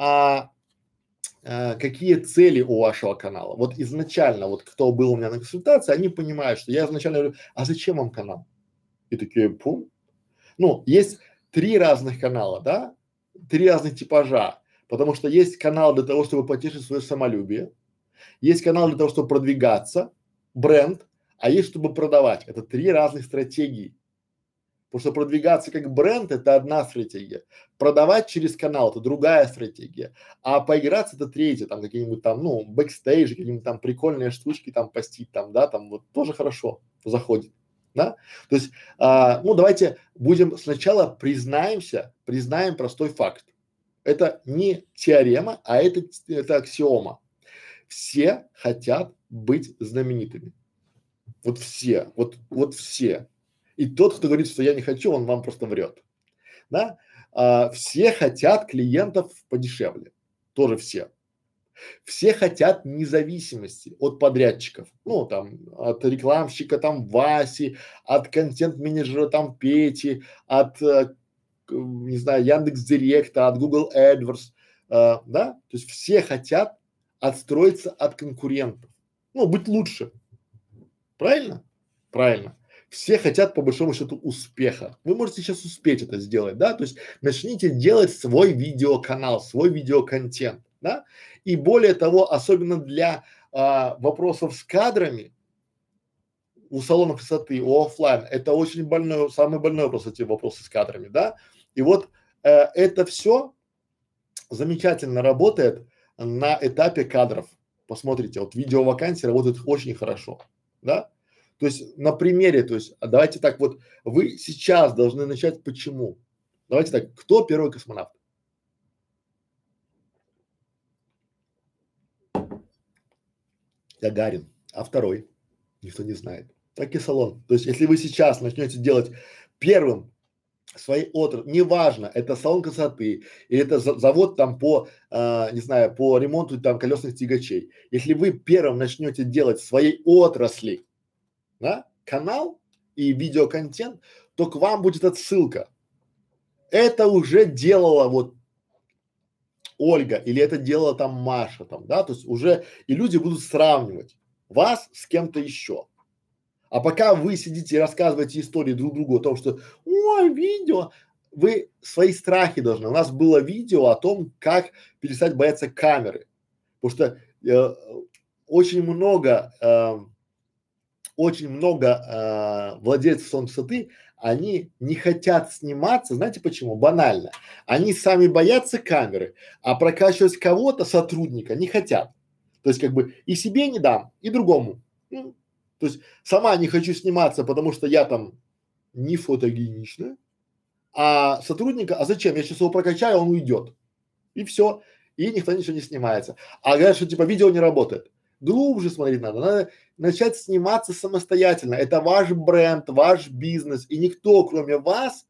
Speaker 1: какие цели у вашего канала. Вот изначально, вот кто был у меня на консультации, они понимают, что я изначально говорю: а зачем вам канал? И такие: пум. Ну, есть 3 разных канала, да, 3 разных типажа. Потому что есть канал для того, чтобы потешить свое самолюбие, есть канал для того, чтобы продвигаться, бренд, а есть, чтобы продавать. Это 3 разных стратегии. Потому что продвигаться как бренд – это одна стратегия, продавать через канал – это другая стратегия, а поиграться – это третья, там какие-нибудь там, ну, бэкстейджи, какие-нибудь там прикольные штучки там постить там, да, там вот тоже хорошо заходит, да. То есть, ну, давайте будем сначала признаем простой факт. Это не теорема, а это аксиома. Все хотят быть знаменитыми. Вот все, вот все. И тот, кто говорит, что я не хочу, он вам просто врет. Да? Все хотят клиентов подешевле. Тоже все. Все хотят независимости от подрядчиков. Ну, там, от рекламщика там Васи, от контент-менеджера там Пети, от не знаю, Яндекс.Директа, от Google AdWords, да, то есть все хотят отстроиться от конкурентов, ну, быть лучше, правильно? Правильно. Все хотят по большому счету успеха. Вы можете сейчас успеть это сделать, да, то есть начните делать свой видеоканал, свой видеоконтент, да, и более того, особенно для вопросов с кадрами, у салонов красоты, у оффлайн, это очень больной, самый больной вопрос, эти вопросы с кадрами, да. И вот это все замечательно работает на этапе кадров. Посмотрите, вот видео вакансии работают очень хорошо, да. То есть на примере, то есть давайте так вот, вы сейчас должны начать почему. Давайте так, кто первый космонавт? Гагарин. А второй? Никто не знает. Так и салон. То есть, если вы сейчас начнете делать первым своей отрасли, неважно, это салон красоты или это завод там по, не знаю, по ремонту там колесных тягачей. Если вы первым начнете делать в своей отрасли, да, канал и видеоконтент, то к вам будет отсылка. Это уже делала вот Ольга, или это делала там Маша, там, да, то есть уже и люди будут сравнивать вас с кем-то еще. А пока вы сидите и рассказываете истории друг другу о том, что ой, видео, вы свои страхи должны. У нас было видео о том, как перестать бояться камеры. Потому что очень много владельцев салонов красоты, они не хотят сниматься, знаете почему? Банально. Они сами боятся камеры, а прокачивать кого-то, сотрудника, не хотят. То есть как бы и себе не дам, и другому. Ну, то есть сама не хочу сниматься, потому что я там не фотогеничная, а сотрудника, а зачем? Я сейчас его прокачаю, он уйдет. И все. И никто ничего не снимается. А говорят, что типа видео не работает. Глубже смотреть надо начать сниматься самостоятельно. Это ваш бренд, ваш бизнес. И никто, кроме вас,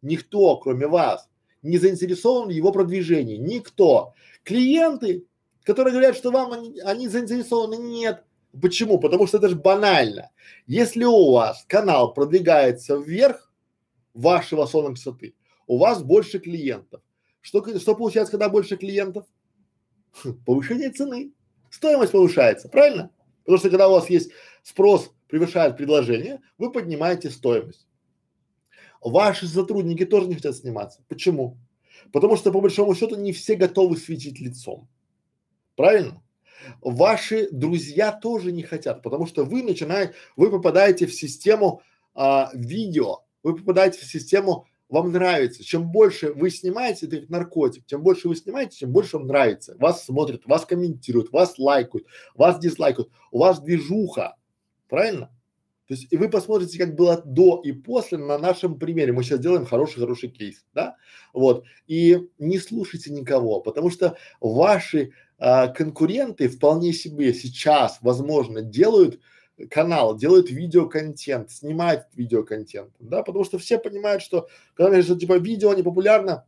Speaker 1: не заинтересован в его продвижении. Никто. Клиенты, которые говорят, что вам они заинтересованы, нет. Почему? Потому что это же банально. Если у вас канал продвигается вверх вашего салона красоты, у вас больше клиентов. Что получается, когда больше клиентов? Повышение цены. Стоимость повышается, правильно? Потому что когда у вас есть спрос превышает предложение, вы поднимаете стоимость. Ваши сотрудники тоже не хотят сниматься. Почему? Потому что по большому счету не все готовы светить лицом. Правильно? Ваши друзья тоже не хотят, потому что вы попадаете в систему видео, вы попадаете в систему вам нравится. Чем больше вы снимаете, это как наркотик. Чем больше вы снимаете, тем больше вам нравится. Вас смотрят, вас комментируют, вас лайкают, вас дизлайкают. У вас движуха. Правильно? То есть и вы посмотрите, как было до и после на нашем примере. Мы сейчас делаем хороший кейс, да? Вот. И не слушайте никого, потому что ваши конкуренты вполне себе сейчас, возможно, делают видеоконтент, снимают видеоконтент, да, потому что все понимают, что когда говорят, что типа видео не популярно,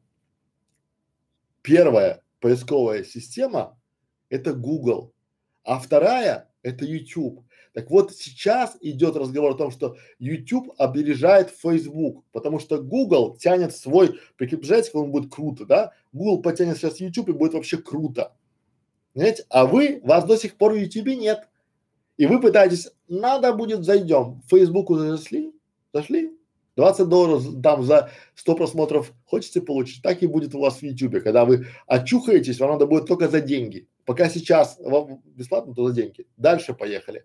Speaker 1: первая поисковая система это Google, а вторая это YouTube. Так вот сейчас идет разговор о том, что YouTube опережает Facebook, потому что Google тянет свой, представляете, как он будет круто, да? Google потянет сейчас YouTube и будет вообще круто, понимаете? А вас до сих пор в YouTube нет. И вы пытаетесь, надо будет, зайдем. В Фейсбуку зашли, $20 там за 100 просмотров хотите получить, так и будет у вас в Ютубе. Когда вы очухаетесь, вам надо будет только за деньги. Пока сейчас вам бесплатно, то за деньги. Дальше поехали.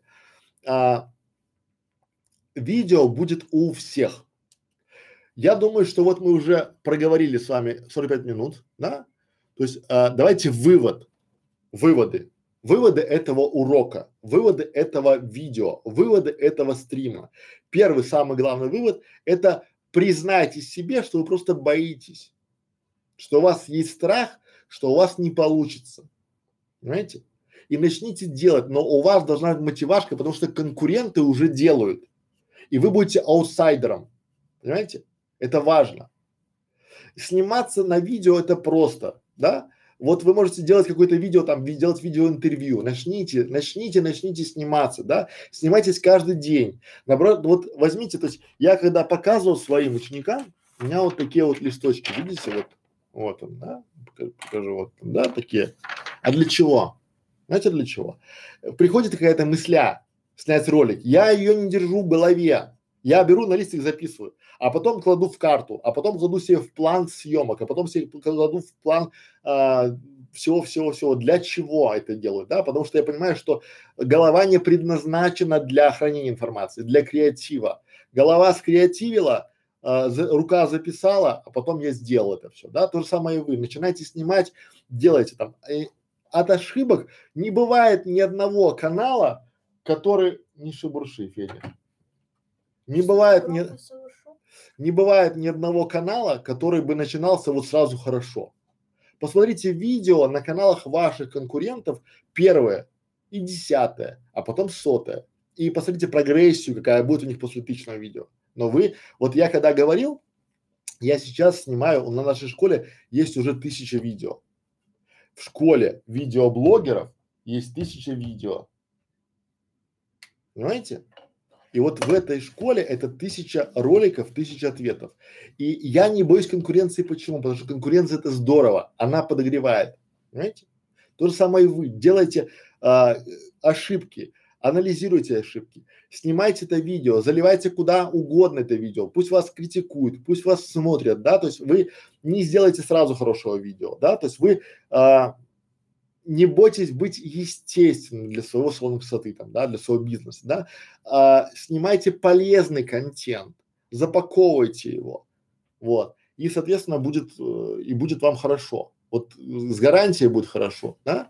Speaker 1: Видео будет у всех. Я думаю, что вот мы уже проговорили с вами 45 минут, да? То есть давайте выводы этого урока, выводы этого видео, выводы этого стрима. Первый, самый главный вывод – это признайте себе, что вы просто боитесь, что у вас есть страх, что у вас не получится, понимаете? И начните делать, но у вас должна быть мотивашка, потому что конкуренты уже делают, и вы будете аутсайдером, понимаете? Это важно. Сниматься на видео – это просто, да? Вот вы можете делать какое-то видео, там, делать видеоинтервью, начните сниматься, да, снимайтесь каждый день. Наоборот, вот возьмите, то есть я когда показывал своим ученикам, у меня вот такие вот листочки, видите, вот он, да, покажу, вот, да, такие. А для чего? Знаете, для чего? Приходит какая-то мысля снять ролик, я ее не держу в голове, я беру на листик, записываю, а потом кладу в карту, а потом кладу себе в план съемок, а потом себе кладу в план всего. Для чего это делаю, да? Потому что я понимаю, что голова не предназначена для хранения информации, для креатива. Голова скреативила, рука записала, а потом я сделал это все, да? То же самое и вы. Начинайте снимать, делайте там. И от ошибок не бывает ни одного канала, который… Не шебурши, Федя. Не бывает ни одного канала, который бы начинался вот сразу хорошо. Посмотрите видео на каналах ваших конкурентов первое и 10-е, а потом 100-е. И посмотрите прогрессию, какая будет у них после тысячного видео. Но вот я когда говорил, я сейчас снимаю, на нашей школе есть уже 1000 видео. В школе видеоблогеров есть 1000 видео. Понимаете? И вот в этой школе это 1000 роликов, 1000 ответов. И я не боюсь конкуренции. Почему? Потому что конкуренция это здорово, она подогревает. Понимаете? То же самое и вы. Делайте ошибки, анализируйте ошибки, снимайте это видео, заливайте куда угодно это видео, пусть вас критикуют, пусть вас смотрят, да, то есть вы не сделаете сразу хорошего видео, да, то есть вы не бойтесь быть естественным для своего салона красоты, там, да, для своего бизнеса, да, снимайте полезный контент, запаковывайте его, вот, и, соответственно, будет вам хорошо, вот с гарантией будет хорошо, да.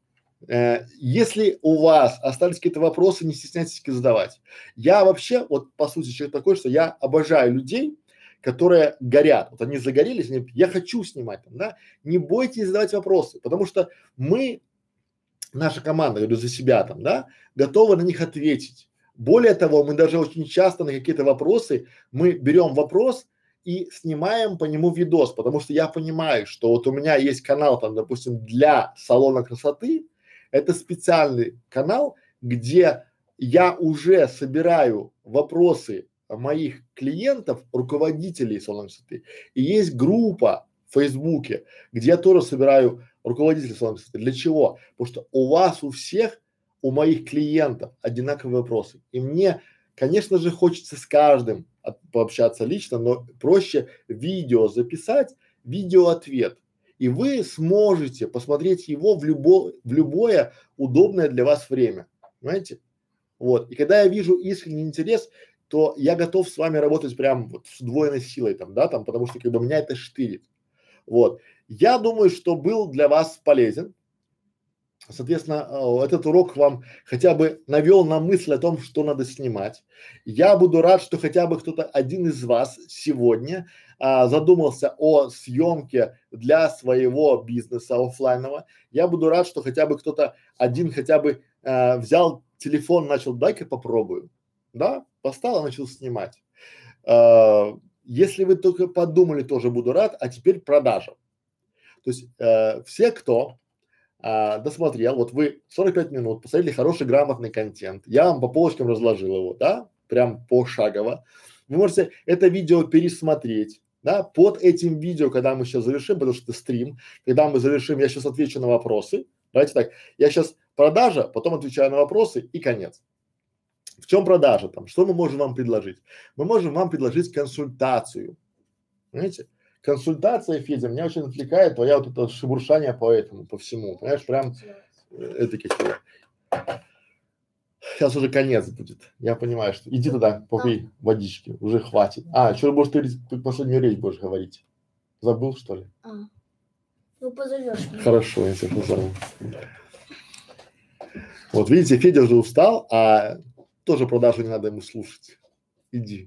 Speaker 1: Если у вас остались какие-то вопросы, не стесняйтесь их задавать. Я вообще, вот по сути, человек такой, что я обожаю людей, которые горят. Вот они загорелись, они, я хочу снимать там, да. Не бойтесь задавать вопросы, потому что мы, наша команда, говорю за себя там, да, готовы на них ответить. Более того, мы даже очень часто на какие-то вопросы, мы берем вопрос и снимаем по нему видос, потому что я понимаю, что вот у меня есть канал там, допустим, для салона красоты, это специальный канал, где я уже собираю вопросы моих клиентов, руководителей салона красоты, и есть группа в Фейсбуке, где я тоже собираю руководителей салона красоты. Для чего? Потому что у вас у всех, у моих клиентов одинаковые вопросы, и мне, конечно же, хочется с каждым пообщаться лично, но проще видео записать, видео-ответ. И вы сможете посмотреть его в любое удобное для вас время, понимаете? Вот. И когда я вижу искренний интерес, то я готов с вами работать прям вот с удвоенной силой там, да, там, потому что как бы меня это штырит. Вот. Я думаю, что был для вас полезен. Соответственно, этот урок вам хотя бы навел на мысль о том, что надо снимать. Я буду рад, что хотя бы кто-то один из вас сегодня задумался о съемке для своего бизнеса оффлайнового. Я буду рад, что хотя бы кто-то один хотя бы взял телефон, начал, дай-ка попробую, да, поставил, начал снимать. Если вы только подумали, тоже буду рад. А теперь продажа. То есть все, кто досмотрел, вот вы 45 минут посмотрели хороший грамотный контент, я вам по полочкам разложил его, да, прям пошагово. Вы можете это видео пересмотреть, да, под этим видео, когда мы сейчас завершим, потому что это стрим, когда мы завершим, я сейчас отвечу на вопросы. Давайте так, я сейчас продажа, потом отвечаю на вопросы и конец. В чем продажа там? Что мы можем вам предложить? Мы можем вам предложить консультацию, понимаете? Консультация, Федя, меня очень отвлекает твоя вот это шебуршание по этому, по всему, понимаешь, прям это какие. Сейчас уже конец будет, я понимаю, что иди туда, попей водички, уже хватит. Что будешь ты последнюю речь будешь говорить? Забыл, что ли?
Speaker 2: Ну, позовешь меня.
Speaker 1: Хорошо, я тебя позову. Вот видите, Федя уже устал, а тоже продажу не надо ему слушать. Иди.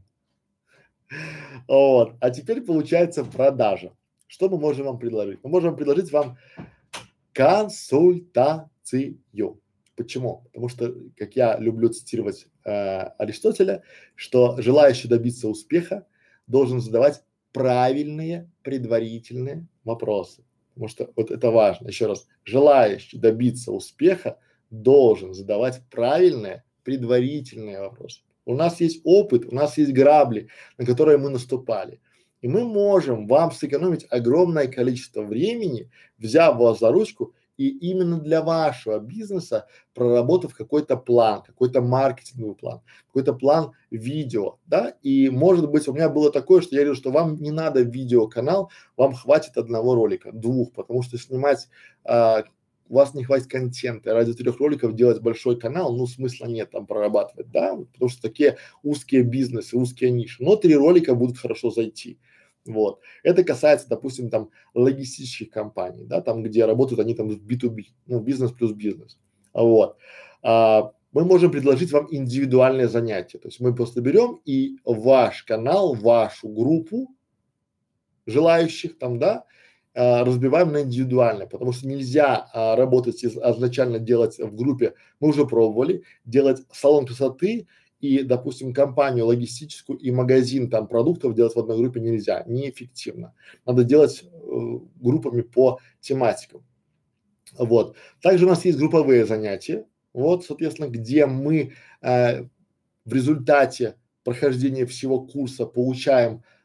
Speaker 1: Вот. А теперь получается продажа. Что мы можем вам предложить? Мы можем предложить вам консультацию. Почему? Потому что, как я люблю цитировать Аристотеля, что желающий добиться успеха должен задавать правильные предварительные вопросы. Потому что вот это важно. Еще раз, желающий добиться успеха должен задавать правильные предварительные вопросы. У нас есть опыт, у нас есть грабли, на которые мы наступали. И мы можем вам сэкономить огромное количество времени, взяв вас за ручку и именно для вашего бизнеса проработав какой-то план, какой-то маркетинговый план, какой-то план видео, да, и может быть у меня было такое, что я говорю, что вам не надо видеоканал, вам хватит одного ролика, двух, потому что снимать у вас не хватит контента, ради 3 роликов делать большой канал, ну смысла нет там прорабатывать, да, потому что такие узкие бизнесы, узкие ниши, но 3 ролика будут хорошо зайти. Вот. Это касается, допустим, там логистических компаний, да, там, где работают они там в B2B, ну, бизнес плюс бизнес. Вот. Мы можем предложить вам индивидуальные занятия. То есть мы просто берем и ваш канал, вашу группу желающих там, да, разбиваем на индивидуально, потому что нельзя работать изначально делать в группе, мы уже пробовали, делать салон красоты и, допустим, компанию логистическую и магазин там продуктов делать в одной группе нельзя, неэффективно. Надо делать группами по тематикам. Вот. Также у нас есть групповые занятия, вот, соответственно, где мы в результате прохождения всего курса получаем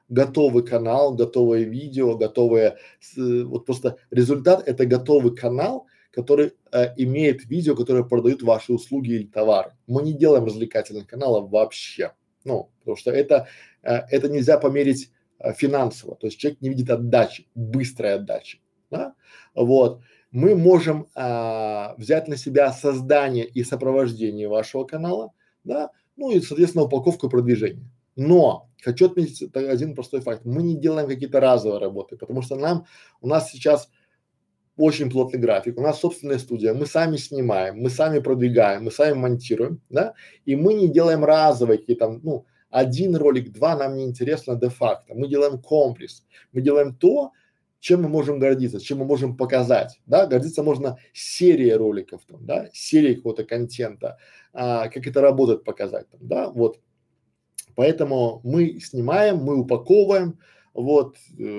Speaker 1: готовый канал, готовое видео, вот просто результат это готовый канал, который имеет видео, которое продают ваши услуги или товары. Мы не делаем развлекательных каналов вообще, ну, потому что это нельзя померить финансово, то есть человек не видит отдачи, быстрой отдачи, да? Вот. Мы можем взять на себя создание и сопровождение вашего канала, да, ну и, соответственно, упаковку и продвижение. Но хочу отметить один простой факт: мы не делаем какие-то разовые работы, потому что у нас сейчас очень плотный график, у нас собственная студия, мы сами снимаем, мы сами продвигаем, мы сами монтируем, да, и мы не делаем разовые какие-то, ну, один ролик, два нам не интересно де-факто, мы делаем комплекс, мы делаем то, чем мы можем гордиться, чем мы можем показать, да, гордиться можно серией роликов, там, да, серией какого-то контента, как это работает показать, там, да, вот, поэтому мы снимаем, мы упаковываем, вот,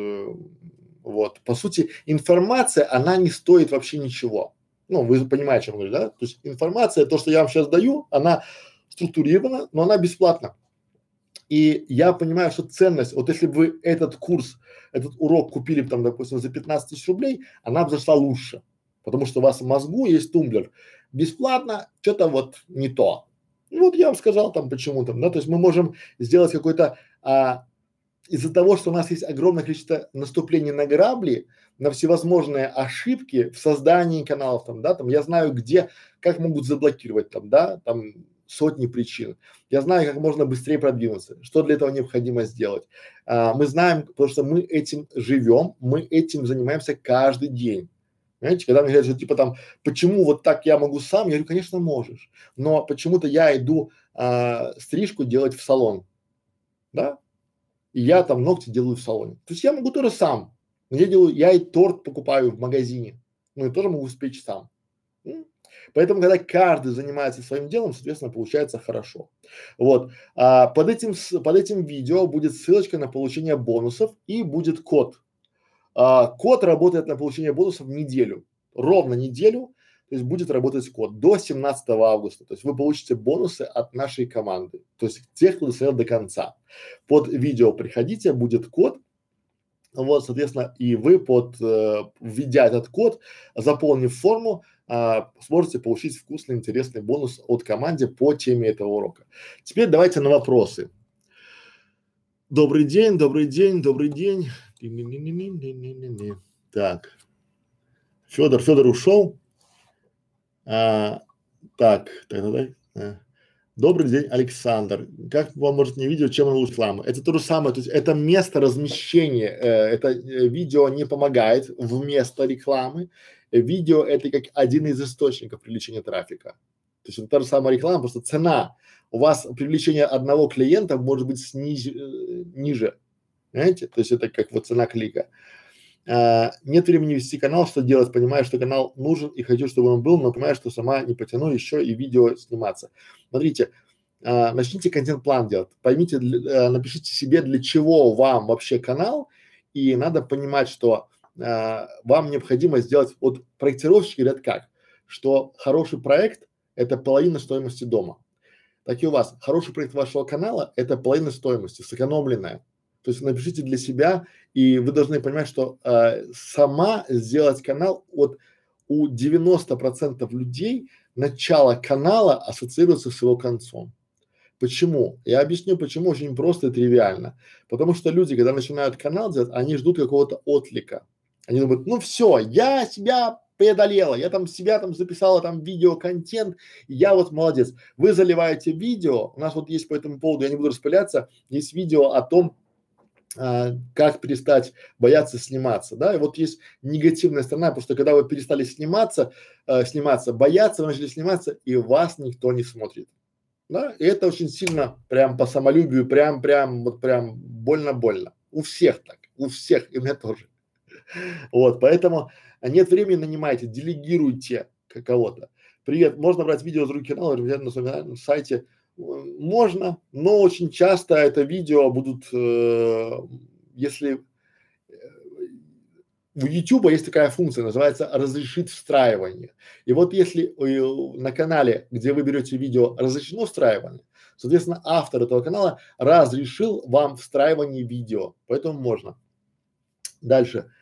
Speaker 1: вот, по сути, информация, она не стоит вообще ничего. Ну, вы понимаете, о чем говорю, да? То есть информация, то, что я вам сейчас даю, она структурирована, но она бесплатна. И я понимаю, что ценность, вот если бы вы этот курс, этот урок купили там, допустим, за 15 тысяч рублей, она бы зашла лучше, потому что у вас в мозгу есть тумблер. Бесплатно, что-то вот не то. И вот я вам сказал там почему там, да, то есть мы можем сделать какой-то, из-за того, что у нас есть огромное количество наступлений на грабли, на всевозможные ошибки в создании каналов там, да, там я знаю где, как могут заблокировать там, да, там сотни причин. Я знаю, как можно быстрее продвинуться, что для этого необходимо сделать. Мы знаем, потому что мы этим живем, мы этим занимаемся каждый день. Понимаете, когда мне говорят, что типа там, почему вот так я могу сам, я говорю, конечно, можешь, но почему-то я иду стрижку делать в салон, да, и я там ногти делаю в салоне. То есть я могу тоже сам, но я и торт покупаю в магазине, ну и тоже могу испечь сам. Поэтому, когда каждый занимается своим делом, соответственно, получается хорошо. Вот. Под этим видео будет ссылочка на получение бонусов и будет код. Код работает на получение бонусов неделю, ровно неделю, то есть будет работать код до 17 августа. То есть вы получите бонусы от нашей команды, то есть тех, кто досмотрел до конца. Под видео приходите, будет код. Вот, соответственно, и вы введя этот код, заполнив форму, сможете получить вкусный, интересный бонус от команды по теме этого урока. Теперь давайте на вопросы. Добрый день, добрый день, добрый день. Так, Федор ушел. Так. Добрый день, Александр. Как вам может не видео, чем оно реклама? Это то же самое, то есть это место размещения, видео не помогает вместо рекламы. Видео это как один из источников привлечения трафика. То есть это та же самая реклама, просто цена. У вас привлечение одного клиента может быть ниже, понимаете? То есть это как вот цена клика. Нет времени вести канал, что делать? Понимаю, что канал нужен и хочу, чтобы он был, но понимаю, что сама не потяну еще и видео сниматься. Смотрите, начните контент-план делать, поймите, напишите себе, для чего вам вообще канал, и надо понимать, что вам необходимо сделать, вот проектировщики говорят как, что хороший проект это половина стоимости дома. Так и у вас, хороший проект вашего канала это половина стоимости, сэкономленная. То есть напишите для себя, и вы должны понимать, что сама сделать канал, вот у 90% людей начало канала ассоциируется с его концом. Почему? Я объясню, почему очень просто и тривиально. Потому что люди, когда начинают канал делать, они ждут какого-то отклика. Они думают, ну все, я себя преодолела, я там себя там записала там видео, контент, я вот молодец. Вы заливаете видео, у нас вот есть по этому поводу, я не буду распыляться, есть видео о том, как перестать бояться сниматься, да, и вот есть негативная сторона, потому что когда вы перестали сниматься, бояться, вы начали сниматься, и вас никто не смотрит, да, и это очень сильно прям по самолюбию, прям больно-больно, у всех так, у всех, и у меня тоже, вот, поэтому нет времени, нанимайте, делегируйте кого-то. Привет, можно брать видео с руки канала, на своем сайте. Можно, но очень часто это видео будут, если в YouTube есть такая функция, называется разрешить встраивание. И вот если на канале, где вы берете видео, разрешено встраивание, соответственно, автор этого канала разрешил вам встраивание видео, поэтому можно. Дальше.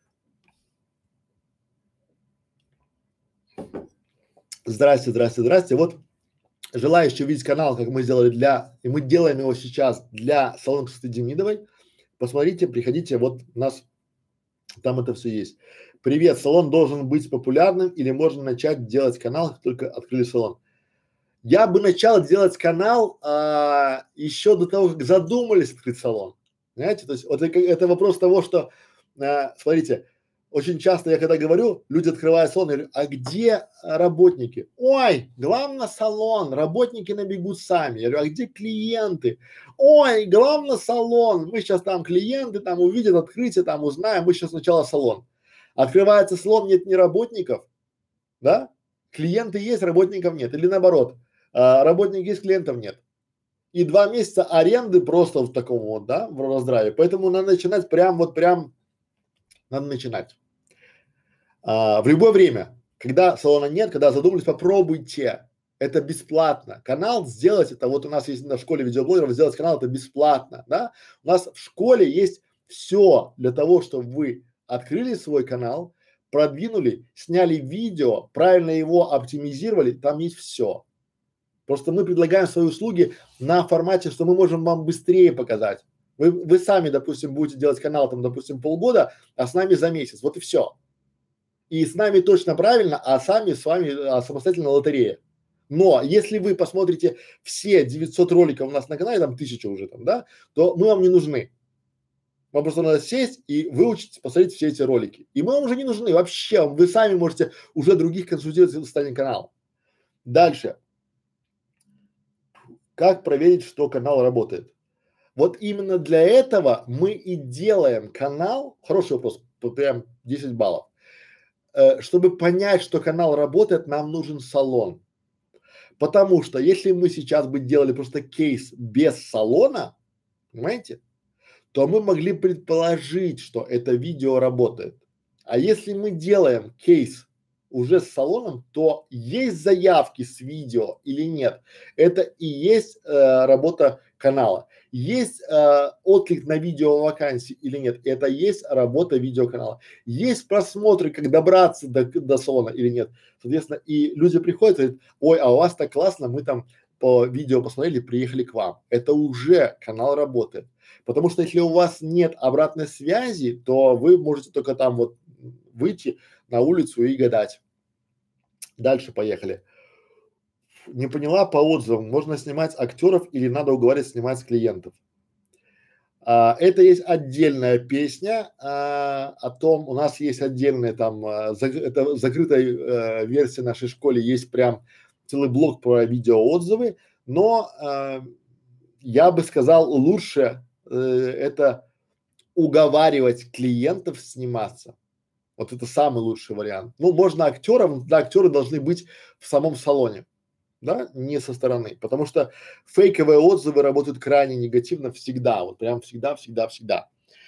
Speaker 1: Здрасте, здрасте, здрасте. Вот желающие увидеть канал, как мы сделали и мы делаем его сейчас для салона красоты Демидовой, посмотрите, приходите, вот у нас там это все есть. Привет, салон должен быть популярным или можно начать делать канал, как только открыли салон? Я бы начал делать канал еще до того, как задумались открыть салон. Знаете, то есть вот это вопрос того, что, смотрите, очень часто я когда говорю, люди открывают салон, я говорю, а где работники? Ой, главное салон, работники набегут сами. Я говорю, а где клиенты? Ой, главное салон, мы сейчас там клиенты там увидят открытие, там узнаем, мы сейчас сначала салон. Открывается салон, нет ни работников, да? Клиенты есть, работников нет. Или наоборот, работники есть, клиентов нет. И 2 месяца аренды просто в таком вот, да, в раздраве. Поэтому надо начинать надо начинать. В любое время, когда салона нет, когда задумались, попробуйте. Это бесплатно. Канал сделать, это вот у нас есть на школе видеоблогеров, сделать канал это бесплатно, да. У нас в школе есть все для того, чтобы вы открыли свой канал, продвинули, сняли видео, правильно его оптимизировали, там есть все. Просто мы предлагаем свои услуги на формате, что мы можем вам быстрее показать. Вы сами, допустим, будете делать канал там, допустим, полгода, а с нами за месяц. Вот и все. И с нами точно правильно, а сами с вами самостоятельно лотерея. Но если вы посмотрите все 900 роликов у нас на канале, там 1000 уже там, да, то мы вам не нужны. Вам просто надо сесть и выучить, посмотреть все эти ролики. И мы вам уже не нужны вообще. Вы сами можете уже других консультировать в состоянии канала. Дальше. Как проверить, что канал работает? Вот именно для этого мы и делаем канал. Хороший вопрос, прям 10 баллов. Чтобы понять, что канал работает, нам нужен салон. Потому что если мы сейчас бы делали просто кейс без салона, понимаете, то мы могли предположить, что это видео работает. А если мы делаем кейс уже с салоном, то есть заявки с видео или нет, это и есть работа канала. Есть отклик на видео вакансии или нет, это есть работа видеоканала. Есть просмотры, как добраться до салона или нет. Соответственно, и люди приходят и говорят, ой, а у вас так классно, мы там по видео посмотрели, приехали к вам. Это уже канал работает. Потому что если у вас нет обратной связи, то вы можете только там вот выйти на улицу и гадать. Дальше поехали. Не поняла по отзывам, можно снимать актеров или надо уговаривать снимать клиентов? Это есть отдельная песня о том, у нас есть отдельная там, это в закрытой версии нашей школе есть прям целый блок про видеоотзывы, но я бы сказал лучше это уговаривать клиентов сниматься. Вот это самый лучший вариант. Ну, можно актерам, да, актеры должны быть в самом салоне, да, не со стороны, потому что фейковые отзывы работают крайне негативно всегда, вот прям всегда, всегда, всегда.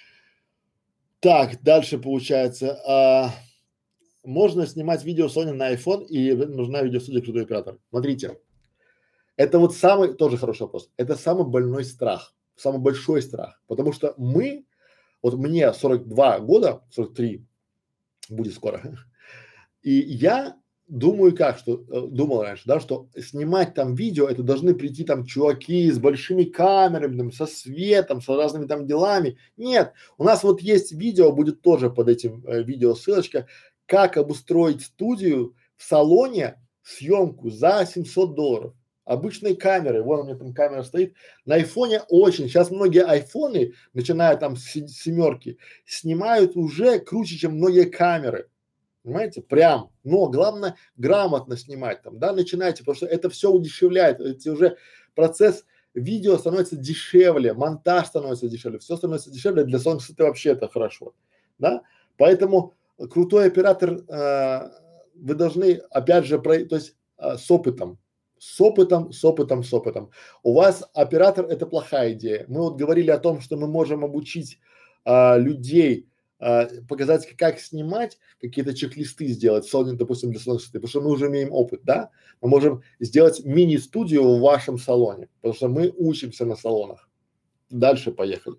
Speaker 1: Так, дальше получается, можно снимать видео в салоне на iPhone и нужна видеостудия крутой оператор. Смотрите, это вот самый, тоже хороший вопрос, это самый больной страх, самый большой страх, потому что вот мне 42 года, 43, будет скоро. И я думаю думал раньше, да, что снимать там видео, это должны прийти там чуваки с большими камерами, там, со светом, с разными там делами. Нет, у нас вот есть видео, будет тоже под этим видео ссылочка, как обустроить студию в салоне, съемку за $700. Обычной камеры, вон у меня там камера стоит, на айфоне сейчас многие айфоны, начиная там с семерки, снимают уже круче, чем многие камеры, понимаете, прям, но главное грамотно снимать там, да, начинайте, потому что это все удешевляет, эти уже процесс видео становится дешевле, монтаж становится дешевле, все становится дешевле, для салона красоты вообще это хорошо, да, поэтому крутой оператор, вы должны опять же, то есть с опытом. С опытом. У вас оператор это плохая идея. Мы вот говорили о том, что мы можем обучить людей показать, как снимать, какие-то чек-листы сделать, в салоне, допустим, для салона красоты, потому что мы уже имеем опыт, да, мы можем сделать мини-студию в вашем салоне, потому что мы учимся на салонах. Дальше поехали.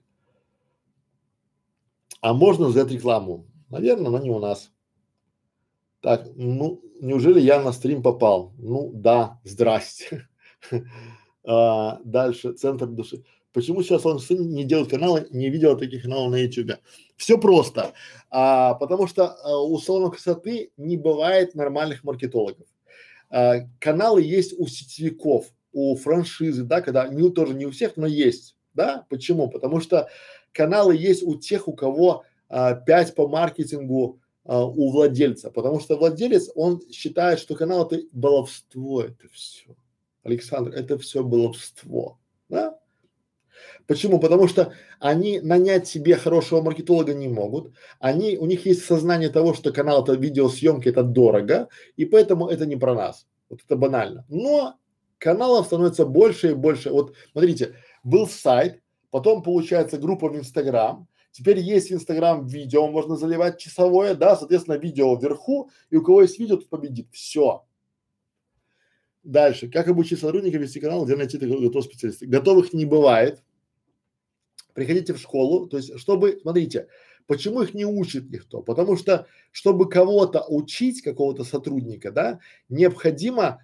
Speaker 1: А можно взять рекламу? Наверное, но не у нас. Так, ну, неужели я на стрим попал? Ну, да, здрасте. Дальше, центр души. Почему сейчас он не делает каналы, не видел таких каналов на ютубе? Все просто, потому что у салонов красоты не бывает нормальных маркетологов. Каналы есть у сетевиков, у франшизы, да, когда тоже не у всех, но есть, да. Почему? Потому что каналы есть у тех, у кого 5 по маркетингу у владельца, потому что владелец, он считает, что канал это баловство, это все. Александр, это все баловство, да? Почему? Потому что они нанять себе хорошего маркетолога не могут, у них есть сознание того, что канал это видеосъемки, это дорого, и поэтому это не про нас. Вот это банально. Но каналов становится больше и больше. Вот смотрите, был сайт, потом получается группа в Инстаграм, теперь есть в Инстаграм видео, можно заливать часовое, да, соответственно, видео вверху, и у кого есть видео, тот победит. Все. Дальше. Как обучить сотрудников вести канал, где найти готовых специалистов? Готовых не бывает. Приходите в школу, то есть, чтобы, смотрите, почему их не учит никто? Потому что, чтобы кого-то учить, какого-то сотрудника, да, необходимо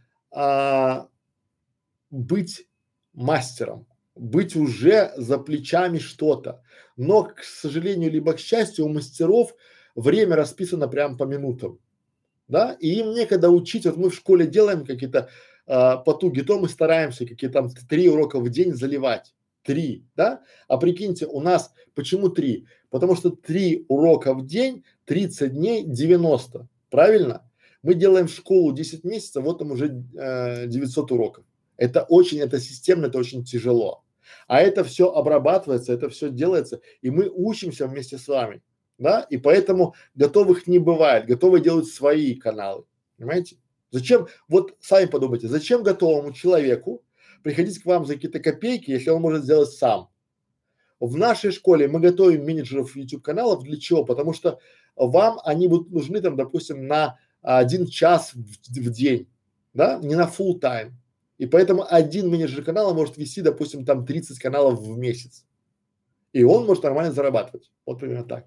Speaker 1: быть мастером, быть уже за плечами что-то. Но, к сожалению, либо к счастью, у мастеров время расписано прям по минутам, да, и им некогда учить. Вот мы в школе делаем какие-то потуги, то мы стараемся какие-то там 3 урока в день заливать. 3, да? А прикиньте, у нас почему 3? Потому что 3 урока в день, 30 дней, 90. Правильно? Мы делаем школу 10 месяцев, вот там уже 900 уроков. Это системно, это очень тяжело. А это все обрабатывается, это все делается, и мы учимся вместе с вами, да? И поэтому готовых не бывает, готовые делают свои каналы, понимаете? Зачем, вот сами подумайте, зачем готовому человеку приходить к вам за какие-то копейки, если он может сделать сам? В нашей школе мы готовим менеджеров YouTube каналов для чего? Потому что вам они будут нужны там, допустим, на 1 час в день, да, не на full time. И поэтому один менеджер канала может вести, допустим, там 30 каналов в месяц. И он может нормально зарабатывать. Вот примерно так.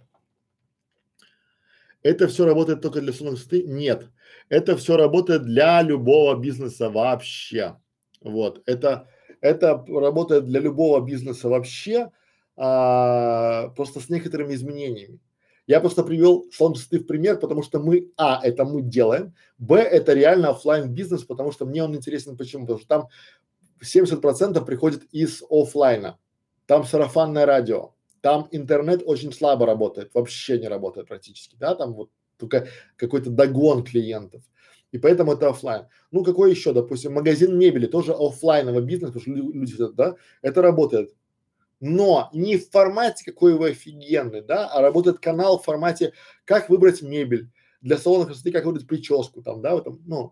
Speaker 1: Это все работает только для салонов красоты? Нет. Это все работает для любого бизнеса вообще. Вот. Это работает для любого бизнеса вообще, просто с некоторыми изменениями. Я просто привел салон красоты в пример, потому что это мы делаем, это реально оффлайн бизнес, потому что мне он интересен. Почему? Потому что там 70% приходит из оффлайна, там сарафанное радио, там интернет очень слабо работает, вообще не работает практически, да, там вот только какой-то догон клиентов. И поэтому это оффлайн. Ну, какой еще, допустим, магазин мебели, тоже оффлайновый бизнес, потому что люди, да, это работает. Но не в формате, какой вы офигенный, да, а работает канал в формате, как выбрать мебель для салона красоты, как выбрать прическу там, да, в этом, ну.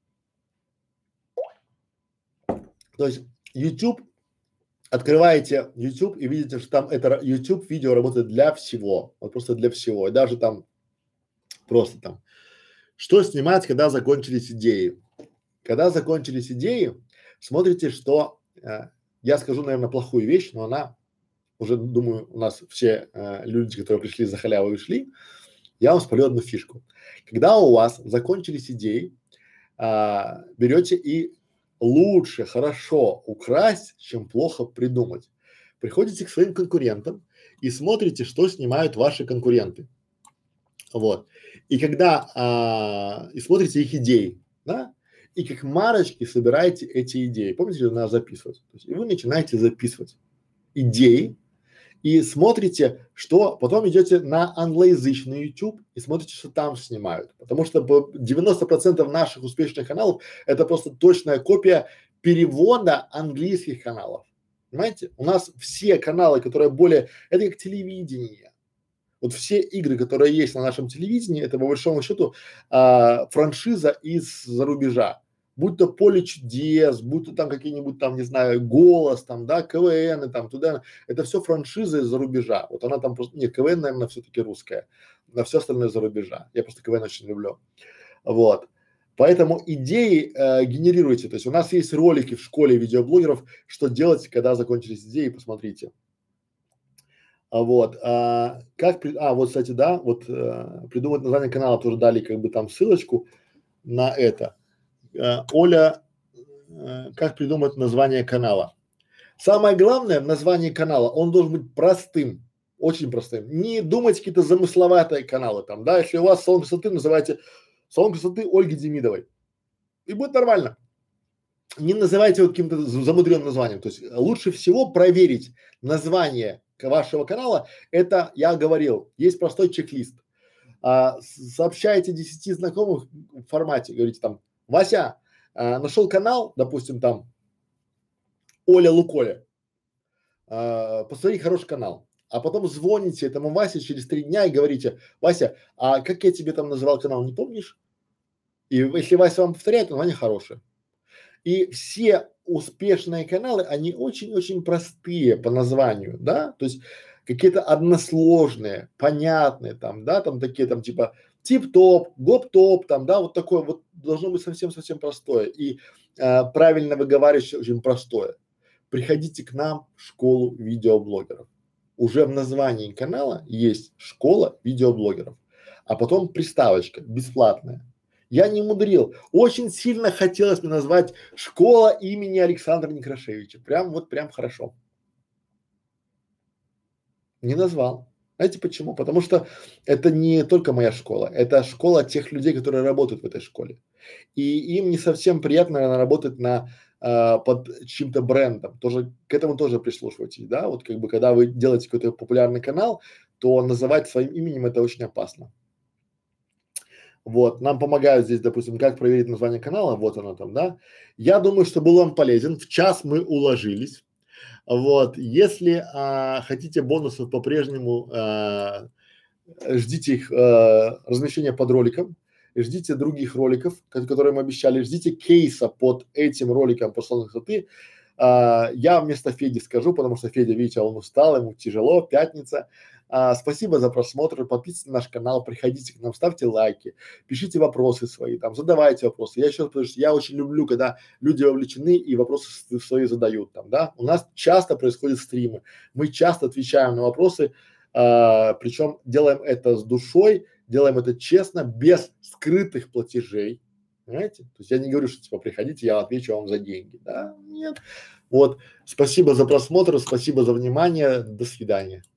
Speaker 1: То есть YouTube, открываете YouTube и видите, что там это YouTube видео работает для всего, вот просто для всего, и даже там просто там. Что снимать, когда закончились идеи? Когда закончились идеи, смотрите, что я скажу, наверное, плохую вещь, но она уже, думаю, у нас все люди, которые пришли за халявой, ушли. Я вам спалю одну фишку. Когда у вас закончились идеи, берете и лучше, хорошо украсть, чем плохо придумать. Приходите к своим конкурентам и смотрите, что снимают ваши конкуренты. Вот. И когда и смотрите их идеи, да, и как марочки собираете эти идеи. Помните, надо записывать. То есть, и вы начинаете записывать идеи и смотрите, что потом идете на англоязычный YouTube и смотрите, что там снимают. Потому что 90% наших успешных каналов это просто точная копия перевода английских каналов. Понимаете? У нас все каналы, которые это как телевидение. Вот все игры, которые есть на нашем телевидении, это по большому счету франшиза из-за рубежа. будь то поле чудес, будь то там какие-нибудь там, не знаю, голос там, да, КВН там туда, это все франшизы из-за рубежа. Вот она там просто, нет, КВН, наверное, все-таки русская, на все остальное из-за рубежа. Я просто КВН очень люблю. Вот. Поэтому идеи генерируйте. То есть у нас есть ролики в школе видеоблогеров, что делать, когда закончились идеи, посмотрите. Вот, вот, кстати, да, вот придумать название канала тоже дали как бы там ссылочку на это. Оля, как придумать название канала? Самое главное в названии канала, он должен быть простым, очень простым. Не думайте какие-то замысловатые каналы там, да, если у вас салон красоты, называйте салон красоты Ольги Демидовой. И будет нормально. Не называйте его каким-то замудренным названием. То есть лучше всего проверить название вашего канала. Это я говорил, есть простой чек-лист. Сообщаете 10 знакомых в формате, говорите там, Вася, нашел канал, допустим, там Оля Луколя, посмотри, хороший канал. А потом звоните этому Васе через 3 дня и говорите, Вася, а как я тебе там называл канал, не помнишь? И если Вася вам повторяет, то название хорошее. И все успешные каналы, они очень-очень простые по названию, да, то есть какие-то односложные, понятные там, да, там такие там типа тип-топ, гоп-топ, там, да, вот такое вот должно быть совсем-совсем простое и правильно выговаривающее очень простое. Приходите к нам в школу видеоблогеров. Уже в названии канала есть школа видеоблогеров, а потом приставочка бесплатная. Я не мудрил. Очень сильно хотелось мне назвать школа имени Александра Некрашевича. Прям вот прям хорошо. Не назвал. Знаете почему? Потому что это не только моя школа, это школа тех людей, которые работают в этой школе. И им не совсем приятно, наверное, работать под чьим-то брендом. Тоже к этому тоже прислушивайтесь, да? Вот как бы когда вы делаете какой-то популярный канал, то называть своим именем это очень опасно. Вот, нам помогают здесь, допустим, как проверить название канала, вот оно там, да. Я думаю, что был вам полезен. В час мы уложились. Вот, если хотите бонусов по-прежнему, ждите их размещения под роликом, ждите других роликов, которые мы обещали, ждите кейса под этим роликом по салону красоты. Я вместо Феди скажу, потому что Федя, видите, он устал, ему тяжело, пятница. Спасибо за просмотр, подписывайтесь на наш канал, приходите к нам, ставьте лайки, пишите вопросы свои, там, задавайте вопросы. Я еще раз потому что я очень люблю, когда люди вовлечены и вопросы свои задают там, да. У нас часто происходят стримы, мы часто отвечаем на вопросы, причем делаем это с душой, делаем это честно, без скрытых платежей. Понимаете? То есть я не говорю, что типа приходите, я отвечу вам за деньги, да? Нет. Вот. Спасибо за просмотр, спасибо за внимание, до свидания.